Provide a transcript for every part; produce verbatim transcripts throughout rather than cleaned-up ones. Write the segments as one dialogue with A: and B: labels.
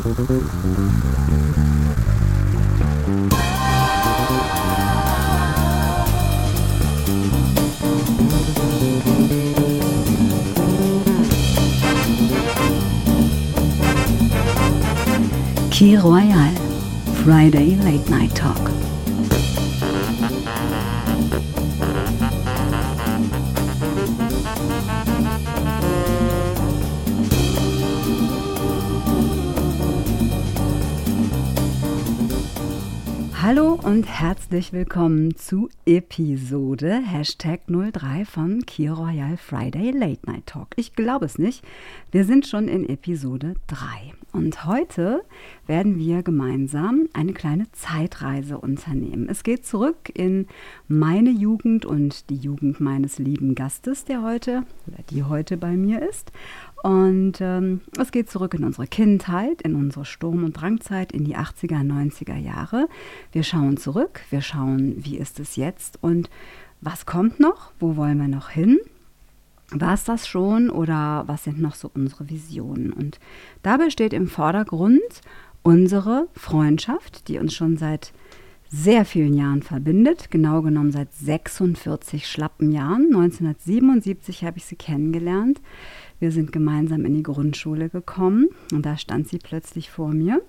A: Key Royal, Friday Late Night Talk. Hallo und herzlich willkommen zu Episode Hashtag null drei von Key Royal Friday Late Night Talk. Ich glaube es nicht, wir sind schon in Episode drei. Und heute werden wir gemeinsam eine kleine Zeitreise unternehmen. Es geht zurück in meine Jugend und die Jugend meines lieben Gastes, der heute oder die heute bei mir ist. Und ähm, es geht zurück in unsere Kindheit, in unsere Sturm- und Drangzeit, in die achtziger, neunziger Jahre. Wir schauen zurück, wir schauen, wie ist es jetzt und was kommt noch, wo wollen wir noch hin? War es das schon oder was sind noch so unsere Visionen? Und dabei steht im Vordergrund unsere Freundschaft, die uns schon seit sehr vielen Jahren verbindet, genau genommen seit sechsundvierzig schlappen Jahren. neunzehnhundertsiebenundsiebzig habe ich sie kennengelernt. Wir sind gemeinsam in die Grundschule gekommen und da stand sie plötzlich vor mir.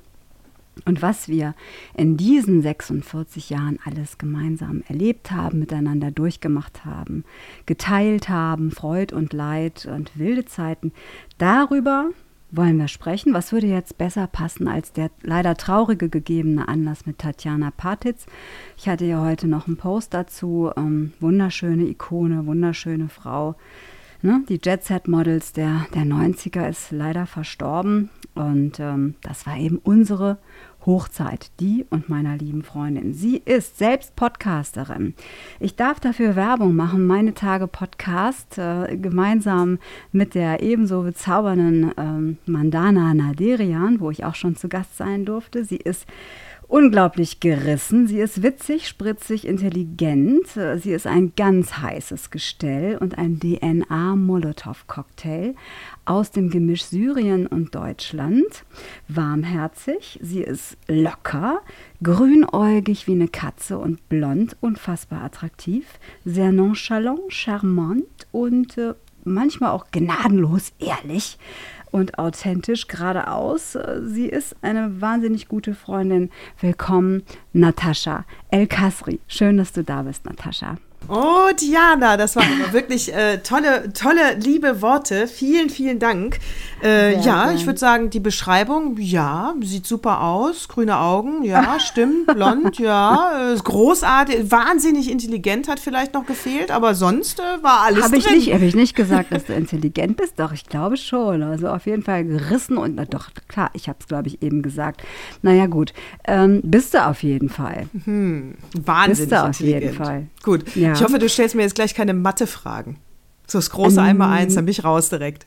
A: Und was wir in diesen sechsundvierzig Jahren alles gemeinsam erlebt haben, miteinander durchgemacht haben, geteilt haben, Freud und Leid und wilde Zeiten, darüber wollen wir sprechen. Was würde jetzt besser passen als der leider traurige gegebene Anlass mit Tatjana Patitz? Ich hatte ja heute noch einen Post dazu, ähm, wunderschöne Ikone, wunderschöne Frau. Ne? Die Jet-Set-Models der, der neunziger ist leider verstorben und ähm, das war eben unsere Hochzeit, die und meiner lieben Freundin. Sie ist selbst Podcasterin. Ich darf dafür Werbung machen, meine Tage Podcast, äh, gemeinsam mit der ebenso bezaubernden ähm, Mandana Naderian, wo ich auch schon zu Gast sein durfte. Sie ist unglaublich gerissen. Sie ist witzig, spritzig, intelligent. Sie ist ein ganz heißes Gestell und ein D N A-Molotow-Cocktail aus dem Gemisch Syrien und Deutschland. Warmherzig, sie ist locker, grünäugig wie eine Katze und blond, unfassbar attraktiv, sehr nonchalant, charmant und äh, manchmal auch gnadenlos ehrlich und authentisch geradeaus. Sie ist eine wahnsinnig gute Freundin. Willkommen, Natascha El-Kasri. Schön, dass du da bist, Natascha.
B: Oh, Diana, das waren aber wirklich äh, tolle, tolle, liebe Worte. Vielen, vielen Dank. Äh, ja, gern. Ich würde sagen, die Beschreibung, ja, sieht super aus. Grüne Augen, ja, stimmt. Blond, ja. Ist großartig, wahnsinnig intelligent hat vielleicht noch gefehlt, aber sonst äh, war alles
A: hab ich
B: drin.
A: Nicht, habe ich nicht gesagt, dass du intelligent bist? Doch, ich glaube schon. Also auf jeden Fall gerissen und, na doch, klar, ich habe es, glaube ich, eben gesagt. Naja, gut. Ähm, bist du auf jeden Fall.
B: Hm, wahnsinnig
A: bist du auf
B: intelligent.
A: jeden Fall.
B: Gut.
A: Ja.
B: Ich hoffe, du stellst mir jetzt gleich keine Mathe-Fragen. So das große ähm, einmal eins, dann bin ich raus direkt.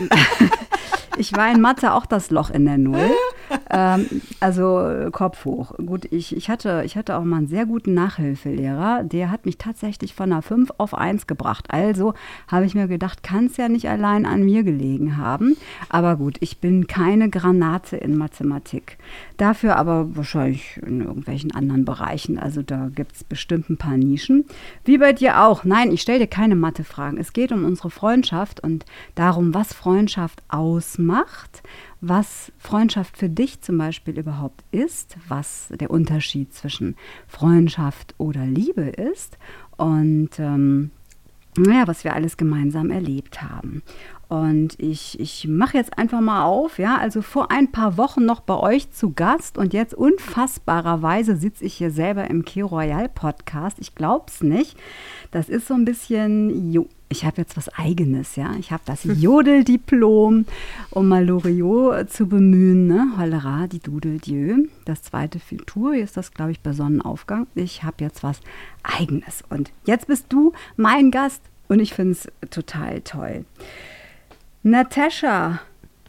A: Ich war in Mathe auch das Loch in der Null. ähm, also Kopf hoch. Gut, ich, ich, hatte, ich hatte auch mal einen sehr guten Nachhilfelehrer. Der hat mich tatsächlich von einer fünf auf eins gebracht. Also habe ich mir gedacht, kann es ja nicht allein an mir gelegen haben. Aber gut, ich bin keine Granate in Mathematik. Dafür aber wahrscheinlich in irgendwelchen anderen Bereichen. Also da gibt es bestimmt ein paar Nischen. Wie bei dir auch. Nein, ich stelle dir keine Mathefragen. Es geht um unsere Freundschaft und darum, was Freundschaft ausmacht, was Freundschaft für dich zum Beispiel überhaupt ist, was der Unterschied zwischen Freundschaft oder Liebe ist und ähm, naja, was wir alles gemeinsam erlebt haben. Und ich, ich mache jetzt einfach mal auf, ja, also vor ein paar Wochen noch bei euch zu Gast und jetzt unfassbarerweise sitze ich hier selber im Key Royal Podcast. Ich glaube es nicht. Das ist so ein bisschen, jo, ich habe jetzt was Eigenes, ja. Ich habe das Jodeldiplom, um mal Loriot zu bemühen, ne? Hollera, die Dudel Dieu. Das zweite Tour, hier ist das, glaube ich, bei Sonnenaufgang. Ich habe jetzt was Eigenes und jetzt bist du mein Gast und ich finde es total toll. Natascha,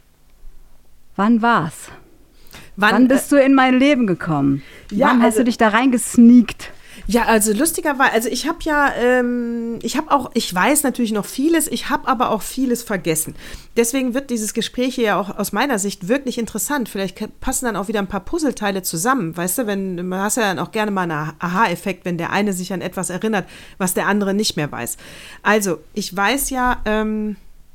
A: wann war's? Wann, Wann bist äh, du in mein Leben gekommen? Ja, Wann hast also, du dich da reingesneakt?
B: Ja, also lustigerweise, also ich habe ja, ähm, ich habe auch, ich weiß natürlich noch vieles, ich habe aber auch vieles vergessen. Deswegen wird dieses Gespräch hier ja auch aus meiner Sicht wirklich interessant. Vielleicht passen dann auch wieder ein paar Puzzleteile zusammen, weißt du, wenn, man hast ja dann auch gerne mal einen Aha-Effekt, wenn der eine sich an etwas erinnert, was der andere nicht mehr weiß. Also, ich weiß ja, ähm,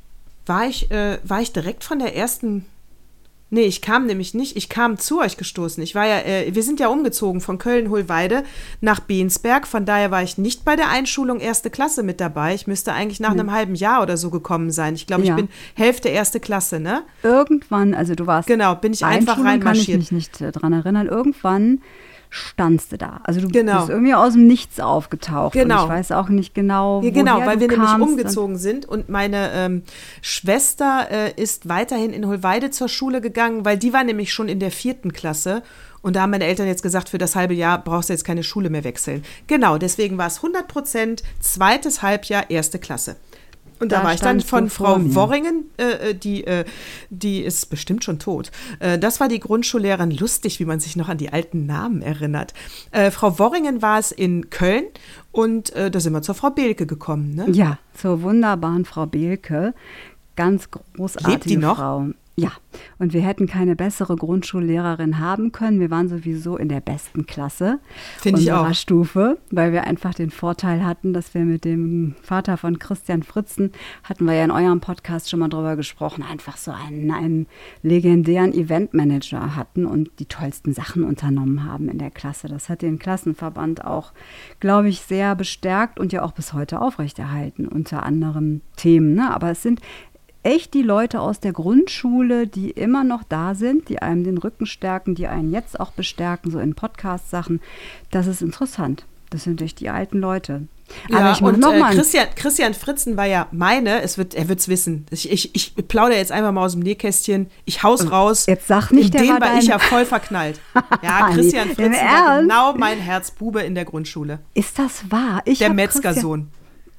B: war ich, äh, war ich direkt von der ersten Nee, ich kam nämlich nicht. Ich kam zu euch gestoßen. Ich war ja, äh, wir sind ja umgezogen von Köln-Hohlweide nach Bensberg. Von daher war ich nicht bei der Einschulung erste Klasse mit dabei. Ich müsste eigentlich nach mhm. einem halben Jahr oder so gekommen sein. Ich glaube, ja. ich bin Hälfte erste Klasse, ne?
A: Irgendwann, also du warst.
B: Genau, bin ich einfach reinmarschiert.
A: Kann ich mich nicht äh, dran erinnern. Irgendwann standst du da. Also du
B: genau.
A: bist irgendwie aus dem Nichts aufgetaucht.
B: Genau.
A: Und ich weiß auch nicht genau,
B: ja, genau, weil wir
A: kamst.
B: nämlich umgezogen sind und meine ähm, Schwester äh, ist weiterhin in Hohlweide zur Schule gegangen, weil die war nämlich schon in der vierten Klasse. Und da haben meine Eltern jetzt gesagt, für das halbe Jahr brauchst du jetzt keine Schule mehr wechseln. Genau, deswegen war es hundert Prozent zweites Halbjahr erste Klasse. Und da, da war ich dann von Frau Worringen, äh, die, äh, die ist bestimmt schon tot. Äh, das war die Grundschullehrerin, lustig, wie man sich noch an die alten Namen erinnert. Äh, Frau Worringen war es in Köln und äh, da sind wir zur Frau Behlke gekommen. Ne?
A: Ja, zur wunderbaren Frau Behlke. Ganz großartige
B: Lebt die noch?
A: Frau. Ja, und wir hätten keine bessere Grundschullehrerin haben können. Wir waren sowieso in der besten Klasse
B: Finde ich
A: unserer
B: auch.
A: Stufe, weil wir einfach den Vorteil hatten, dass wir mit dem Vater von Christian Fritzen, hatten wir ja in eurem Podcast schon mal drüber gesprochen, einfach so einen, einen legendären Eventmanager hatten und die tollsten Sachen unternommen haben in der Klasse. Das hat den Klassenverband auch, glaube ich, sehr bestärkt und ja auch bis heute aufrechterhalten, unter anderem Themen. Ne? Aber es sind echt die Leute aus der Grundschule, die immer noch da sind, die einem den Rücken stärken, die einen jetzt auch bestärken, so in Podcast-Sachen. Das ist interessant. Das sind echt die alten Leute.
B: Ja,
A: aber ich
B: und
A: noch
B: äh,
A: mal
B: Christian, Christian Fritzen war ja meine, es wird, er wird es wissen. Ich, ich, ich plaudere jetzt einfach mal aus dem Nähkästchen. Ich hau's raus.
A: Jetzt sag nicht,
B: in
A: der
B: den
A: war
B: war
A: dein...
B: ich ja voll verknallt. Ja, Christian Fritzen war genau mein Herzbube in der Grundschule.
A: Ist das wahr? Ich
B: der Metzgersohn.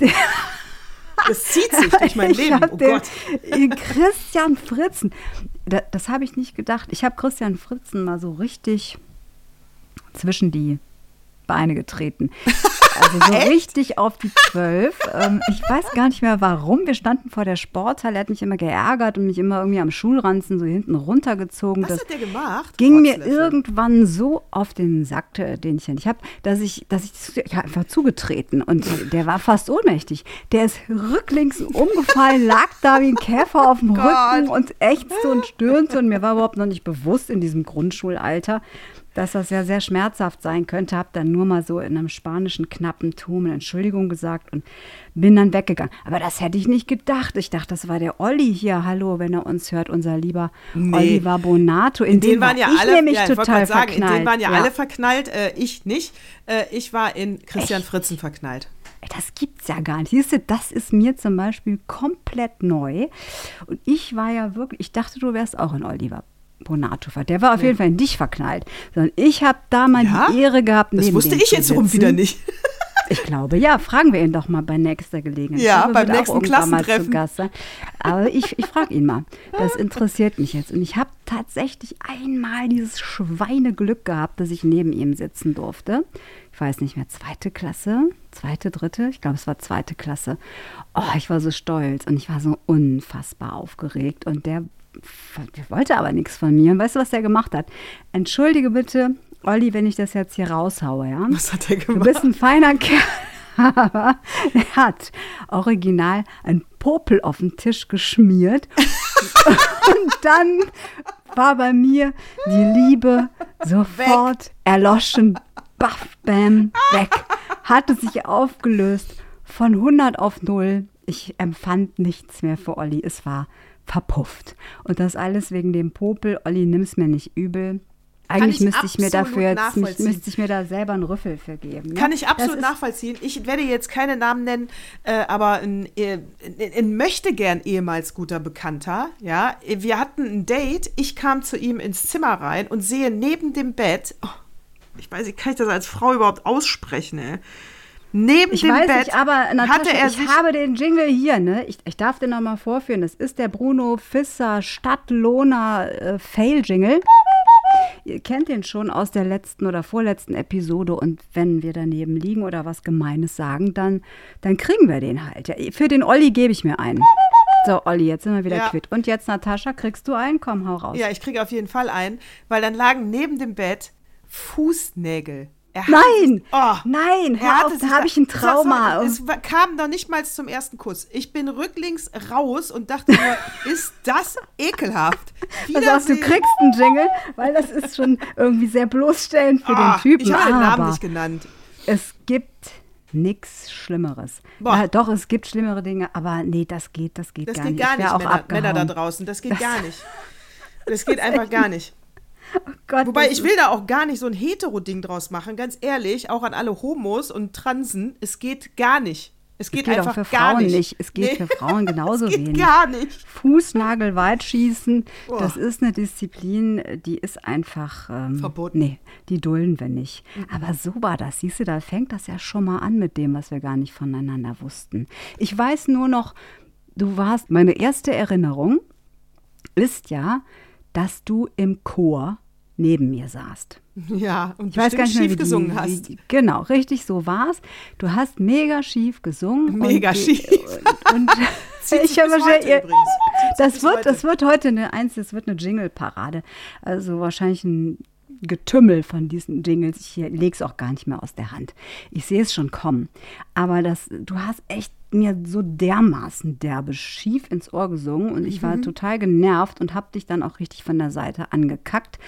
B: Das zieht sich durch mein
A: ich
B: Leben, oh
A: den,
B: Gott.
A: Christian Fritzen, das, das habe ich nicht gedacht. Ich habe Christian Fritzen mal so richtig zwischen die Beine getreten. Also so richtig auf die Zwölf. Ähm, ich weiß gar nicht mehr warum. Wir standen vor der Sporthalle. Er hat mich immer geärgert und mich immer irgendwie am Schulranzen so hinten runtergezogen.
B: Was
A: das
B: hat der gemacht?
A: Ging mir irgendwann so auf den Sack, den ich, ich habe, dass ich, dass ich, ich hab einfach zugetreten und der war fast ohnmächtig. Der ist rücklings umgefallen, lag da wie ein Käfer auf dem
B: oh
A: Rücken und ächzte und stöhnte und mir war überhaupt noch nicht bewusst in diesem Grundschulalter, dass das ja sehr schmerzhaft sein könnte, habe dann nur mal so in einem spanischen knappen Ton eine Entschuldigung gesagt und bin dann weggegangen. Aber das hätte ich nicht gedacht. Ich dachte, das war der Olli hier, hallo, wenn er uns hört, unser lieber nee. Oliver Bonato. In, in den, den waren ja ich alle, nämlich ja, ich total sagen, verknallt.
B: In den waren ja, ja. alle verknallt, äh, ich nicht. Äh, ich war in Christian Echt? Fritzen verknallt.
A: Das gibt's ja gar nicht. Siehst du, das ist mir zum Beispiel komplett neu. Und ich war ja wirklich, ich dachte, du wärst auch in Oliver Bonato. Der war auf jeden Fall in dich verknallt. Sondern ich habe da mal ja? die Ehre gehabt,
B: neben Das wusste ich jetzt rum wieder nicht.
A: Ich glaube, ja. Fragen wir ihn doch mal bei nächster Gelegenheit.
B: Ja,
A: glaube,
B: beim nächsten Klassentreffen.
A: Zu Gast sein. Aber ich, ich frage ihn mal. Das interessiert mich jetzt. Und ich habe tatsächlich einmal dieses Schweineglück gehabt, dass ich neben ihm sitzen durfte. Ich weiß nicht mehr, zweite Klasse, zweite, dritte, ich glaube, es war zweite Klasse. Oh, ich war so stolz und ich war so unfassbar aufgeregt. Und der Der wollte aber nichts von mir. Und weißt du, was der gemacht hat? Entschuldige bitte, Olli, wenn ich das jetzt hier raushaue, ja?
B: Was hat der gemacht?
A: Du bist ein feiner Kerl. Aber er hat original einen Popel auf den Tisch geschmiert. Und dann war bei mir die Liebe sofort weg. Erloschen. Baff, bam, weg. Hatte sich aufgelöst von hundert auf null. Ich empfand nichts mehr für Olli. Es war verpufft. Und das alles wegen dem Popel. Olli, nimm's mir nicht übel. Eigentlich müsste ich mir dafür jetzt mich, müsste ich mir da selber einen Rüffel für geben.
B: Ja? Kann ich absolut nachvollziehen. Ich werde jetzt keine Namen nennen, äh, aber ein, ein, ein möchte gern ehemals guter Bekannter. Ja, wir hatten ein Date. Ich kam zu ihm ins Zimmer rein und sehe neben dem Bett. Oh, ich weiß nicht, kann ich das als Frau überhaupt aussprechen? Ey? Neben
A: ich
B: dem
A: weiß
B: Bett
A: nicht, aber Natascha,
B: hatte er
A: ich habe den Jingle hier, ne? Ich, ich darf den noch mal vorführen. Das ist der Bruno Fisser Stadtlohner äh, Fail-Jingle. Ihr kennt den schon aus der letzten oder vorletzten Episode und wenn wir daneben liegen oder was Gemeines sagen, dann, dann kriegen wir den halt. Ja, für den Olli gebe ich mir einen. So, Olli, jetzt sind wir wieder
B: Ja.
A: quitt. Und jetzt, Natascha, kriegst du einen? Komm, hau raus.
B: Ja, ich kriege auf jeden Fall einen, weil dann lagen neben dem Bett Fußnägel. Er hatte
A: Nein,
B: sich- oh,
A: nein,
B: er
A: hör
B: hatte
A: auf, da
B: sich
A: habe ich ein Trauma.
B: Es war- kam noch nicht mal zum ersten Kuss. Ich bin rücklings raus und dachte nur, ist das ekelhaft.
A: Pass auf, du
B: Wiedersehen.
A: kriegst einen Jingle, weil das ist schon irgendwie sehr bloßstellend für
B: Ah,
A: den Typen.
B: Ich habe den Namen
A: aber
B: nicht genannt.
A: es gibt nichts Schlimmeres.
B: Boah.
A: Ja, doch, es gibt schlimmere Dinge, aber nee, das geht, das geht
B: Das
A: gar
B: geht
A: nicht.
B: gar
A: Ich wär
B: nicht,
A: auch
B: Männer, Männer da
A: abgehauen.
B: draußen. Das geht
A: Das-
B: gar nicht. Das geht einfach gar nicht.
A: Oh Gott,
B: Wobei,
A: das
B: ich will da auch gar nicht so ein Hetero-Ding draus machen. Ganz ehrlich, auch an alle Homos und Transen. Es geht gar nicht. Es geht,
A: Es geht
B: einfach
A: auch für
B: gar
A: Frauen
B: nicht.
A: nicht. Es geht für Frauen genauso
B: es geht
A: wenig.
B: gar nicht.
A: Fußnagel weit schießen,
B: Boah.
A: das ist eine Disziplin, die ist einfach ähm,
B: Verboten.
A: Nee, die dulden wir nicht. Aber so war das. Siehst du, da fängt das ja schon mal an mit dem, was wir gar nicht voneinander wussten. Ich weiß nur noch, du warst, meine erste Erinnerung ist ja, dass du im Chor neben mir saßt.
B: Ja, und
A: Ich weiß gar nicht mehr,
B: schief
A: wie die-
B: gesungen
A: wie,
B: hast.
A: die- Genau, richtig so war's. Du hast mega schief gesungen.
B: Mega
A: und die-
B: schief.
A: Und, und
B: Zieht sich
A: ich habe
B: bis
A: wahrscheinlich-
B: heute übrigens. Zieht sich
A: das
B: bis
A: wird,
B: heute.
A: das wird heute eine eins, das wird eine Jingle-Parade. Also wahrscheinlich ein Getümmel von diesen Jingles. Ich lege es auch gar nicht mehr aus der Hand. Ich sehe es schon kommen. Aber das, du hast echt mir so dermaßen derbe schief ins Ohr gesungen und ich war
B: Mhm.
A: total genervt und habe dich dann auch richtig von der Seite angekackt.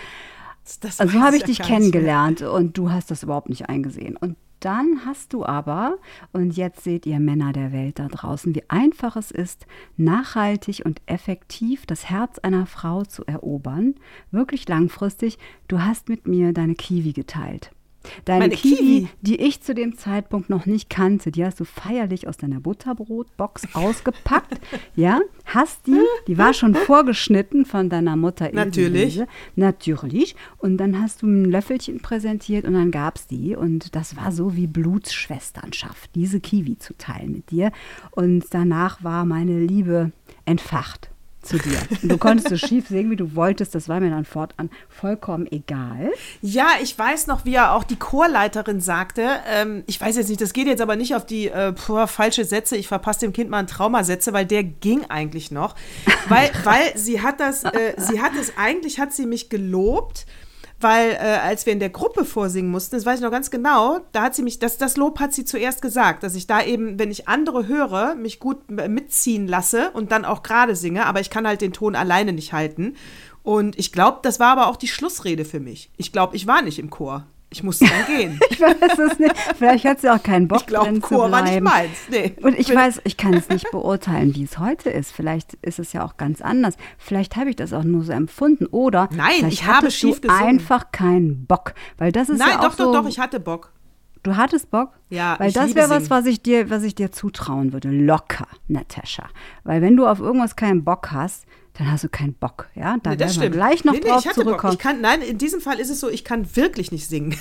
B: Das
A: Also so
B: weiß
A: habe ich
B: ja
A: dich
B: gar nicht mehr.
A: kennengelernt und du hast das überhaupt nicht eingesehen. Und dann hast du aber, und jetzt seht ihr Männer der Welt da draußen, wie einfach es ist, nachhaltig und effektiv das Herz einer Frau zu erobern, wirklich langfristig. Du hast mit mir deine Kiwi geteilt. Deine
B: Meine
A: Kiwi,
B: Kiwi?
A: die ich zu dem Zeitpunkt noch nicht kannte, die hast du feierlich aus deiner Butterbrotbox ausgepackt. Ja, hast die, die war schon vorgeschnitten von deiner Mutter.
B: Natürlich.
A: Ilse. Natürlich. Und dann hast du ein Löffelchen präsentiert und dann gab es die. Und das war so wie Blutsschwesternschaft, diese Kiwi zu teilen mit dir. Und danach war meine Liebe entfacht zu dir. Und du konntest so schief singen, wie du wolltest. Das war mir dann fortan vollkommen egal.
B: Ja, ich weiß noch, wie er auch die Chorleiterin sagte, ähm, ich weiß jetzt nicht, das geht jetzt aber nicht auf die äh, puh, falsche Sätze, ich verpasse dem Kind mal einen Traumasätze, weil der ging eigentlich noch, weil, weil sie hat das, äh, sie hat es, eigentlich hat sie mich gelobt, weil äh, als wir in der Gruppe vorsingen mussten, das weiß ich noch ganz genau, da hat sie mich, das, das Lob hat sie zuerst gesagt, dass ich da eben, wenn ich andere höre, mich gut mitziehen lasse und dann auch gerade singe, aber ich kann halt den Ton alleine nicht halten. Und ich glaube, das war aber auch die Schlussrede für mich. Ich glaube, ich war nicht im Chor. Ich musste dann gehen.
A: Ich weiß es nicht. Vielleicht hat sie auch keinen Bock
B: Ich glaube,
A: drin zu
B: Chor war nicht
A: bleiben.
B: meins. Nee.
A: Und ich weiß, ich kann es nicht beurteilen, wie es heute ist. Vielleicht ist es ja auch ganz anders. Vielleicht habe ich das auch nur so empfunden. Oder
B: Nein,
A: vielleicht
B: ich habe
A: hattest
B: schief
A: du
B: gesungen.
A: einfach keinen Bock. Weil das ist
B: Nein,
A: ja auch
B: doch,
A: so,
B: doch, doch, ich hatte Bock.
A: Du hattest Bock?
B: Ja,
A: Weil
B: ich
A: das
B: liebe
A: wäre was,
B: singen.
A: was ich dir, was ich dir zutrauen würde. Locker, Natascha. Weil wenn du auf irgendwas keinen Bock hast, dann hast du keinen Bock. Ja, da
B: Nee, das
A: werden wir
B: stimmt.
A: gleich noch
B: nee, nee,
A: drauf
B: ich hatte Bock.
A: zurückkommen.
B: Ich kann, nein, in diesem Fall ist es so, ich kann wirklich nicht singen.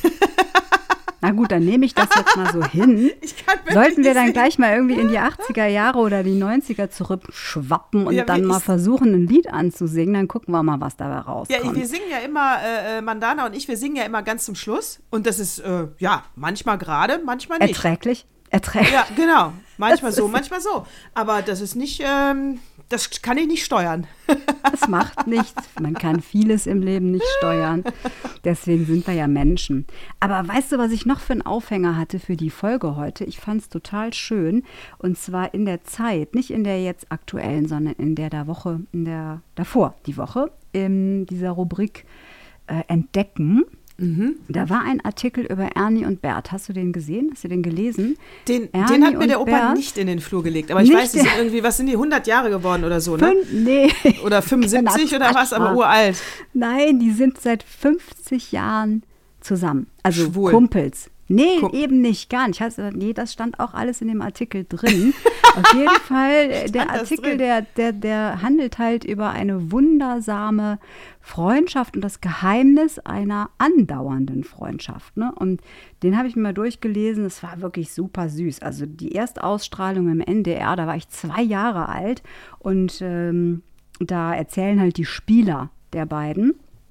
A: Na gut, dann nehme ich das jetzt mal so hin.
B: Ich kann wirklich
A: Sollten wir
B: nicht
A: dann
B: singen.
A: gleich mal irgendwie in die achtziger Jahre oder die neunziger zurückschwappen und
B: Ja,
A: dann
B: wie
A: mal
B: ich-
A: versuchen, ein Lied anzusingen, dann gucken wir mal, was dabei
B: Ja,
A: rauskommt.
B: wir singen ja immer, äh, Mandana und ich, wir singen ja immer ganz zum Schluss. Und das ist, äh, ja, manchmal gerade, manchmal nicht.
A: Erträglich? Erträglich.
B: Ja, genau. Manchmal
A: Das
B: so,
A: ist-
B: manchmal so. Aber das ist nicht, ähm, das kann ich nicht steuern.
A: Das macht nichts. Man kann vieles im Leben nicht steuern. Deswegen sind wir ja Menschen. Aber weißt du, was ich noch für einen Aufhänger hatte für die Folge heute? Ich fand es total schön. Und zwar in der Zeit, nicht in der jetzt aktuellen, sondern in der der Woche, in der davor, die Woche, in dieser Rubrik äh, Entdecken. Da war ein Artikel über Ernie und Bert. Hast du den gesehen? Hast du den gelesen?
B: Den,
A: Ernie
B: den hat mir
A: und
B: der Opa
A: Bert?
B: nicht in den Flur gelegt. Aber ich
A: Nicht
B: weiß, die sind
A: der-
B: irgendwie, was sind die, hundert Jahre geworden oder so, ne?
A: Fünf, nee.
B: Oder fünfundsiebzig oder was, aber uralt.
A: Nein, die sind seit fünfzig Jahren zusammen. Also
B: Schwul.
A: Kumpels. Nee,
B: Kum-
A: eben nicht, gar nicht. Heißt, nee, das stand auch alles in dem Artikel drin. Auf jeden Fall, äh, der
B: Stand das
A: Artikel,
B: drin?
A: der, der, der handelt halt über eine wundersame Freundschaft und das Geheimnis einer andauernden Freundschaft. Ne? Und den habe ich mir mal durchgelesen. Es war wirklich super süß. Also die Erstausstrahlung im N D R, da war ich zwei Jahre alt. Und ähm, da erzählen halt die Spieler der beiden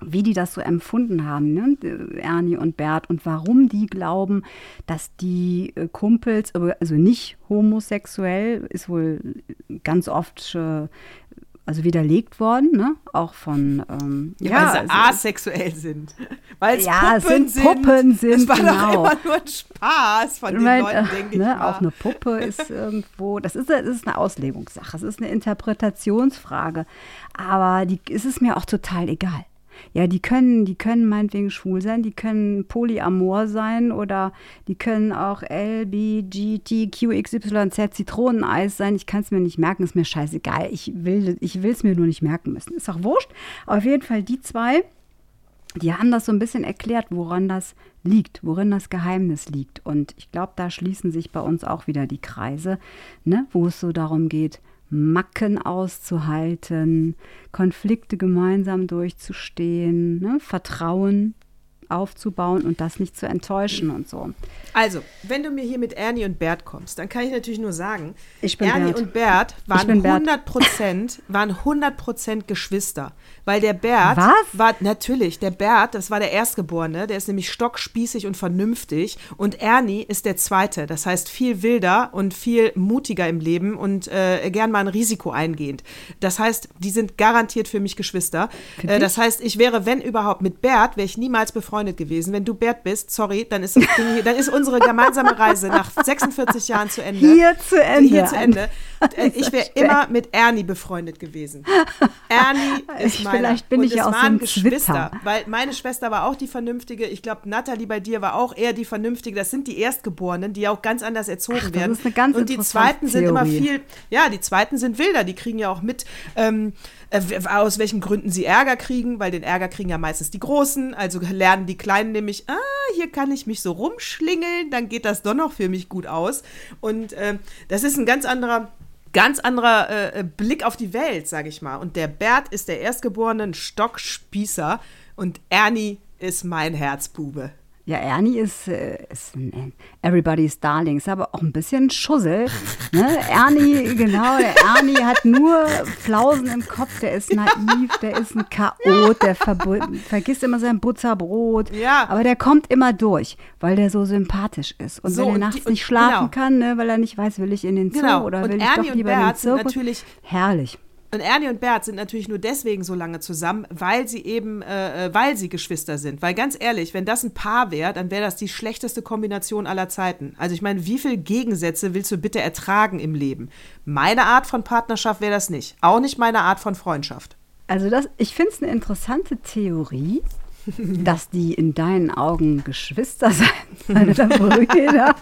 A: wie die das so empfunden haben, ne? Ernie und Bert, und warum die glauben, dass die äh, Kumpels, also nicht homosexuell, ist wohl ganz oft äh, also widerlegt worden, ne? Auch von ähm,
B: ja,
A: ja,
B: weil sie
A: also,
B: asexuell sind. Weil es
A: ja,
B: Puppen
A: es sind Puppen sind,
B: das war
A: genau.
B: doch immer nur ein Spaß von den
A: Weil,
B: Leuten,
A: äh,
B: denke ich
A: ne,
B: mal.
A: Auch eine Puppe ist irgendwo, das ist, das ist eine Auslegungssache, es ist eine Interpretationsfrage, aber die, es ist mir auch total egal. Ja, die können, die können meinetwegen schwul sein, die können polyamor sein oder die können auch L, B, G, T, Q, X, Y, Z, Zitroneneis sein. Ich kann es mir nicht merken, ist mir scheißegal. Ich will ich will es mir nur nicht merken müssen. Ist auch wurscht. Auf jeden Fall die zwei, die haben das so ein bisschen erklärt, woran das liegt, worin das Geheimnis liegt. Und ich glaube, da schließen sich bei uns auch wieder die Kreise, ne, wo es so darum geht, Macken auszuhalten, Konflikte gemeinsam durchzustehen, ne? Vertrauen aufzubauen und das nicht zu enttäuschen und so.
B: Also, wenn du mir hier mit Ernie und Bert kommst, dann kann ich natürlich nur sagen,
A: ich bin
B: Ernie
A: Bert.
B: und Bert waren hundert Prozent, waren hundert Prozent Geschwister. Weil der Bert
A: Was?
B: war, natürlich, der Bert, das war der Erstgeborene, der ist nämlich stockspießig und vernünftig, und Ernie ist der Zweite, das heißt viel wilder und viel mutiger im Leben und äh, gern mal ein Risiko eingehend. Das heißt, die sind garantiert für mich Geschwister. Äh, das heißt, ich wäre, wenn überhaupt, mit Bert, wäre ich niemals befreundet gewesen. Wenn du Bert bist, sorry, dann ist, das, dann ist unsere gemeinsame Reise nach sechsundvierzig Jahren zu Ende.
A: Hier zu Ende.
B: Hier zu Ende. Ich wäre immer mit Ernie befreundet gewesen. Ernie ist mein
A: Vielleicht bin
B: und
A: ich ja
B: es
A: auch so
B: waren
A: ein
B: Geschwister,
A: Zwitter.
B: weil meine Schwester war auch die Vernünftige. Ich glaube, Natalie bei dir war auch eher die Vernünftige. Das sind die Erstgeborenen, die auch ganz anders erzogen
A: Ach, das
B: werden.
A: ist eine ganz
B: und die
A: interessante
B: Zweiten sind immer
A: Theorie.
B: viel, ja, die Zweiten sind wilder. Die kriegen ja auch mit, ähm, äh, aus welchen Gründen sie Ärger kriegen, weil den Ärger kriegen ja meistens die Großen. Also lernen die Kleinen nämlich, ah, hier kann ich mich so rumschlingeln, dann geht das doch noch für mich gut aus. Und äh, das ist ein ganz anderer Ganz anderer äh, Blick auf die Welt, sage ich mal. Und der Bert ist der Erstgeborene, ein Stockspießer. Und Ernie ist mein Herzbube.
A: Ja, Ernie ist, äh, ist ein Everybody's Darling, ist aber auch ein bisschen Schussel. Ne? Ernie, genau, der Ernie hat nur Flausen im Kopf, der ist naiv, der ist ein Chaot, der verbu- vergisst immer sein Butterbrot.
B: Ja.
A: Aber der kommt immer durch, weil der so sympathisch ist. Und
B: So,
A: wenn er
B: und
A: nachts
B: die- und
A: nicht schlafen
B: genau.
A: kann, ne, weil er nicht weiß, will ich in den Zoo
B: Genau.
A: oder
B: Und
A: will ich
B: Ernie
A: doch
B: und
A: lieber in den
B: Bert sind
A: Zirkus.
B: natürlich-
A: Herrlich.
B: Und Ernie und Bert sind natürlich nur deswegen so lange zusammen, weil sie eben, äh, weil sie Geschwister sind. Weil ganz ehrlich, wenn das ein Paar wäre, dann wäre das die schlechteste Kombination aller Zeiten. Also ich meine, wie viele Gegensätze willst du bitte ertragen im Leben? Meine Art von Partnerschaft wäre das nicht. Auch nicht meine Art von Freundschaft.
A: Also das, ich finde es eine interessante Theorie, dass die in deinen Augen Geschwister sein, meine Brüder.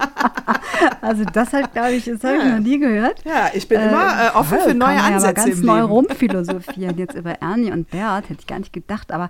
A: Also das hat, glaube ich, das habe ich
B: Ja.
A: noch nie gehört.
B: Ja, ich bin immer äh, offen
A: toll,
B: für neue
A: kann man ja
B: Ansätze
A: aber ganz
B: im
A: neu
B: Leben.
A: rumphilosophieren jetzt über Ernie und Bert, hätte ich gar nicht gedacht, aber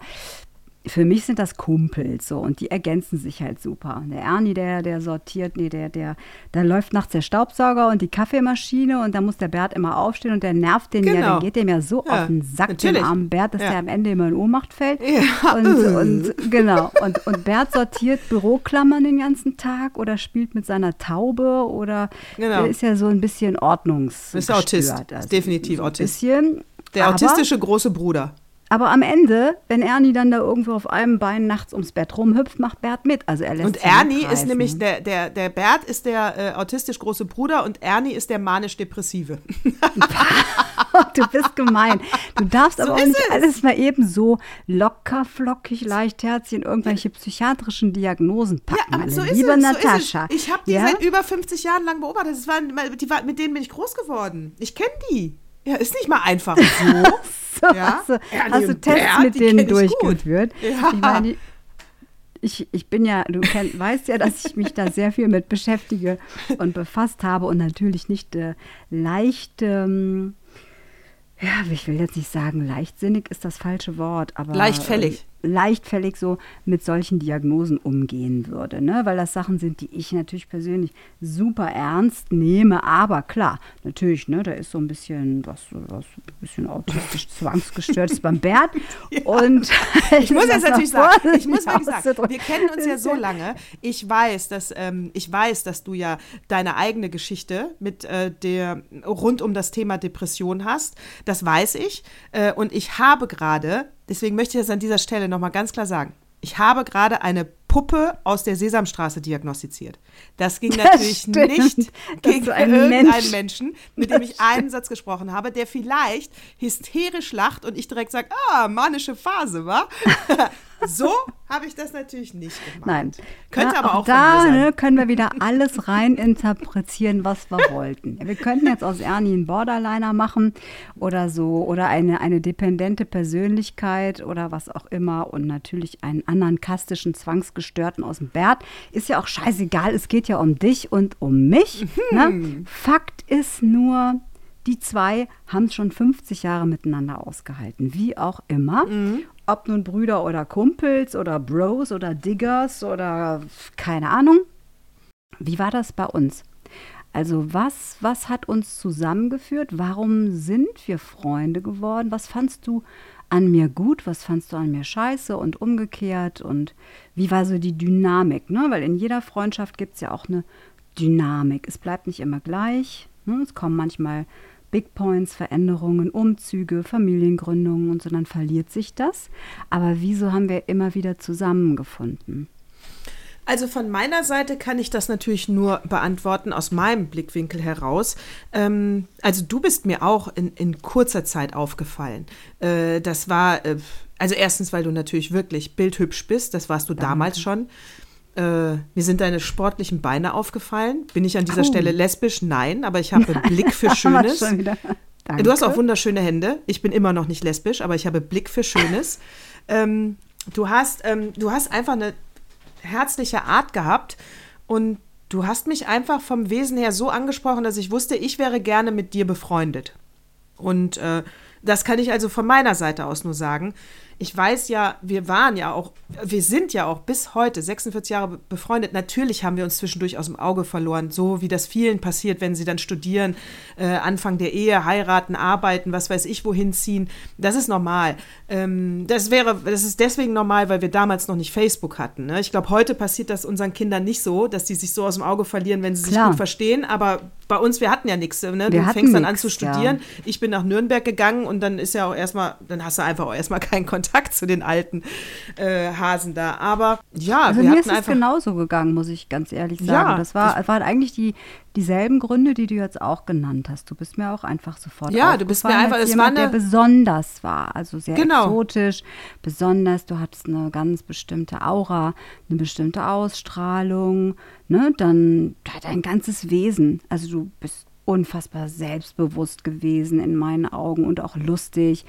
A: für mich sind das Kumpels so und die ergänzen sich halt super. Der Ernie, der, der sortiert, nee, der, der, da läuft nachts der Staubsauger und die Kaffeemaschine und da muss der Bert immer aufstehen und der nervt den ja,
B: Genau.
A: der geht dem ja so
B: Ja,
A: auf den Sack,
B: natürlich.
A: dem armen Bert, dass
B: Ja.
A: der am Ende immer in Ohnmacht fällt.
B: Ja.
A: Und, und genau, und, und Bert sortiert Büroklammern den ganzen Tag oder spielt mit seiner Taube oder
B: Genau.
A: der ist ja so ein bisschen ordnungsgestört.
B: Ist Autist,
A: Also
B: ist definitiv
A: so ein
B: Autist.
A: Bisschen,
B: Der
A: aber,
B: autistische große Bruder.
A: aber am Ende, wenn Ernie dann da irgendwo auf einem Bein nachts ums Bett rumhüpft, macht Bert mit. Also er lässt
B: Und
A: sich
B: Ernie
A: mitreißen.
B: ist nämlich, der, der, der Bert ist der äh, autistisch große Bruder und Ernie ist der manisch-depressive.
A: Du bist gemein. Du darfst
B: So
A: aber auch
B: ist
A: nicht
B: es.
A: alles mal eben so locker, flockig, leichtherzig in irgendwelche psychiatrischen Diagnosen packen, meine
B: so ist
A: liebe
B: es,
A: Natascha.
B: So ist es. Ich habe die
A: ja?
B: seit über fünfzig Jahren lang beobachtet. Das waren, die, war- mit denen bin ich groß geworden. Ich kenne die. Ja, ist nicht mal einfach so.
A: So,
B: Ja?
A: hast du,
B: Ernie
A: hast du
B: und
A: Tests
B: Bert,
A: mit
B: die
A: denen
B: kenn ich gut.
A: durchgeführt?
B: Ja.
A: Ich meine, ich, ich bin ja, du kenn, weißt ja, dass ich mich da sehr viel mit beschäftige und befasst habe und natürlich nicht äh, leicht, ähm, ja, ich will jetzt nicht sagen, leichtsinnig ist das falsche Wort, aber
B: Leichtfällig.
A: Äh, leichtfällig so mit solchen Diagnosen umgehen würde, ne? Weil das Sachen sind, die ich natürlich persönlich super ernst nehme, aber klar, natürlich, ne, da ist so ein bisschen was, was ein bisschen autistisch zwangsgestört ist beim Bert und
B: Ich muss jetzt natürlich sagen, ich muss wirklich sagen,
A: auszudrücken.
B: wir kennen uns ja so lange. Ich weiß, dass ähm, ich weiß, dass du ja deine eigene Geschichte mit äh, der rund um das Thema Depression hast. Das weiß ich. Äh, und ich habe gerade deswegen möchte ich das an dieser Stelle nochmal ganz klar sagen. Ich habe gerade eine Puppe aus der Sesamstraße diagnostiziert. Das ging natürlich
A: das
B: nicht gegen
A: ein
B: irgendeinen
A: Mensch.
B: Menschen, mit dem ich einen Satz gesprochen habe, der vielleicht hysterisch lacht und ich direkt sage, ah, manische Phase, wa? So habe ich das natürlich nicht gemacht.
A: Nein.
B: Könnte
A: ja,
B: aber auch
A: da
B: von mir sein.
A: Ne, können wir wieder alles rein interpretieren, was wir wollten. Wir könnten jetzt aus Ernie einen Borderliner machen oder so oder eine, eine dependente Persönlichkeit oder was auch immer und natürlich einen anderen kastischen Zwangsgestörten aus dem Bert. Ist ja auch scheißegal, es geht ja um dich und um mich.
B: Mhm.
A: Ne? Fakt ist nur, die zwei haben es schon fünfzig Jahre miteinander ausgehalten, wie auch immer.
B: Mhm.
A: Ob nun Brüder oder Kumpels oder Bros oder Diggers oder keine Ahnung. Wie war das bei uns? Also was, was hat uns zusammengeführt? Warum sind wir Freunde geworden? Was fandst du an mir gut? Was fandst du an mir scheiße und umgekehrt? Und wie war so die Dynamik? Ne? Weil in jeder Freundschaft gibt es ja auch eine Dynamik. Es bleibt nicht immer gleich. Ne? Es kommen manchmal Big Points, Veränderungen, Umzüge, Familiengründungen und so, dann verliert sich das. Aber wieso haben wir immer wieder zusammengefunden?
B: Also von meiner Seite kann ich das natürlich nur beantworten, aus meinem Blickwinkel heraus. Ähm, also du bist mir auch in, in kurzer Zeit aufgefallen. Äh, das war, äh, also erstens, weil du natürlich wirklich bildhübsch bist, das warst du
A: Danke.
B: damals schon. Äh, mir sind deine sportlichen Beine aufgefallen. Bin ich an dieser
A: Oh.
B: Stelle lesbisch? Nein, aber ich habe Blick für Schönes.
A: Schon wieder. Danke.
B: Du hast auch wunderschöne Hände. Ich bin immer noch nicht lesbisch, aber ich habe Blick für Schönes. ähm, du hast, ähm, du hast einfach eine herzliche Art gehabt und du hast mich einfach vom Wesen her so angesprochen, dass ich wusste, ich wäre gerne mit dir befreundet. Und äh, das kann ich also von meiner Seite aus nur sagen. Ich weiß ja, wir waren ja auch, wir sind ja auch bis heute sechsundvierzig Jahre befreundet. Natürlich haben wir uns zwischendurch aus dem Auge verloren, so wie das vielen passiert, wenn sie dann studieren, äh, Anfang der Ehe, heiraten, arbeiten, was weiß ich, wohin ziehen. Das ist normal. Ähm, das wäre, das ist deswegen normal, weil wir damals noch nicht Facebook hatten. Ne? Ich glaube, heute passiert das unseren Kindern nicht so, dass die sich so aus dem Auge verlieren, wenn sie sich
A: Klar.
B: gut verstehen. Aber bei uns, wir hatten ja nichts. Ne? Du
A: Wir hatten
B: fängst dann
A: nix,
B: an zu studieren.
A: ja.
B: Ich bin nach Nürnberg gegangen und dann ist ja auch erstmal, dann hast du einfach auch erstmal keinen Kontakt zu den alten äh, Hasen da. Aber ja,
A: Also
B: wir
A: mir
B: hatten
A: ist es
B: einfach.
A: genauso gegangen, muss ich ganz ehrlich sagen.
B: Ja,
A: das war, das waren eigentlich die, dieselben Gründe, die du jetzt auch genannt hast. Du bist mir auch einfach sofort
B: Ja, du bist mir
A: aufgefallen
B: einfach-
A: als
B: es war
A: jemand, der
B: eine-
A: besonders war. Also sehr
B: Genau.
A: exotisch, besonders. Du hattest eine ganz bestimmte Aura, eine bestimmte Ausstrahlung. Ne? Dann dein ganzes Wesen. Also du bist unfassbar selbstbewusst gewesen in meinen Augen und auch lustig.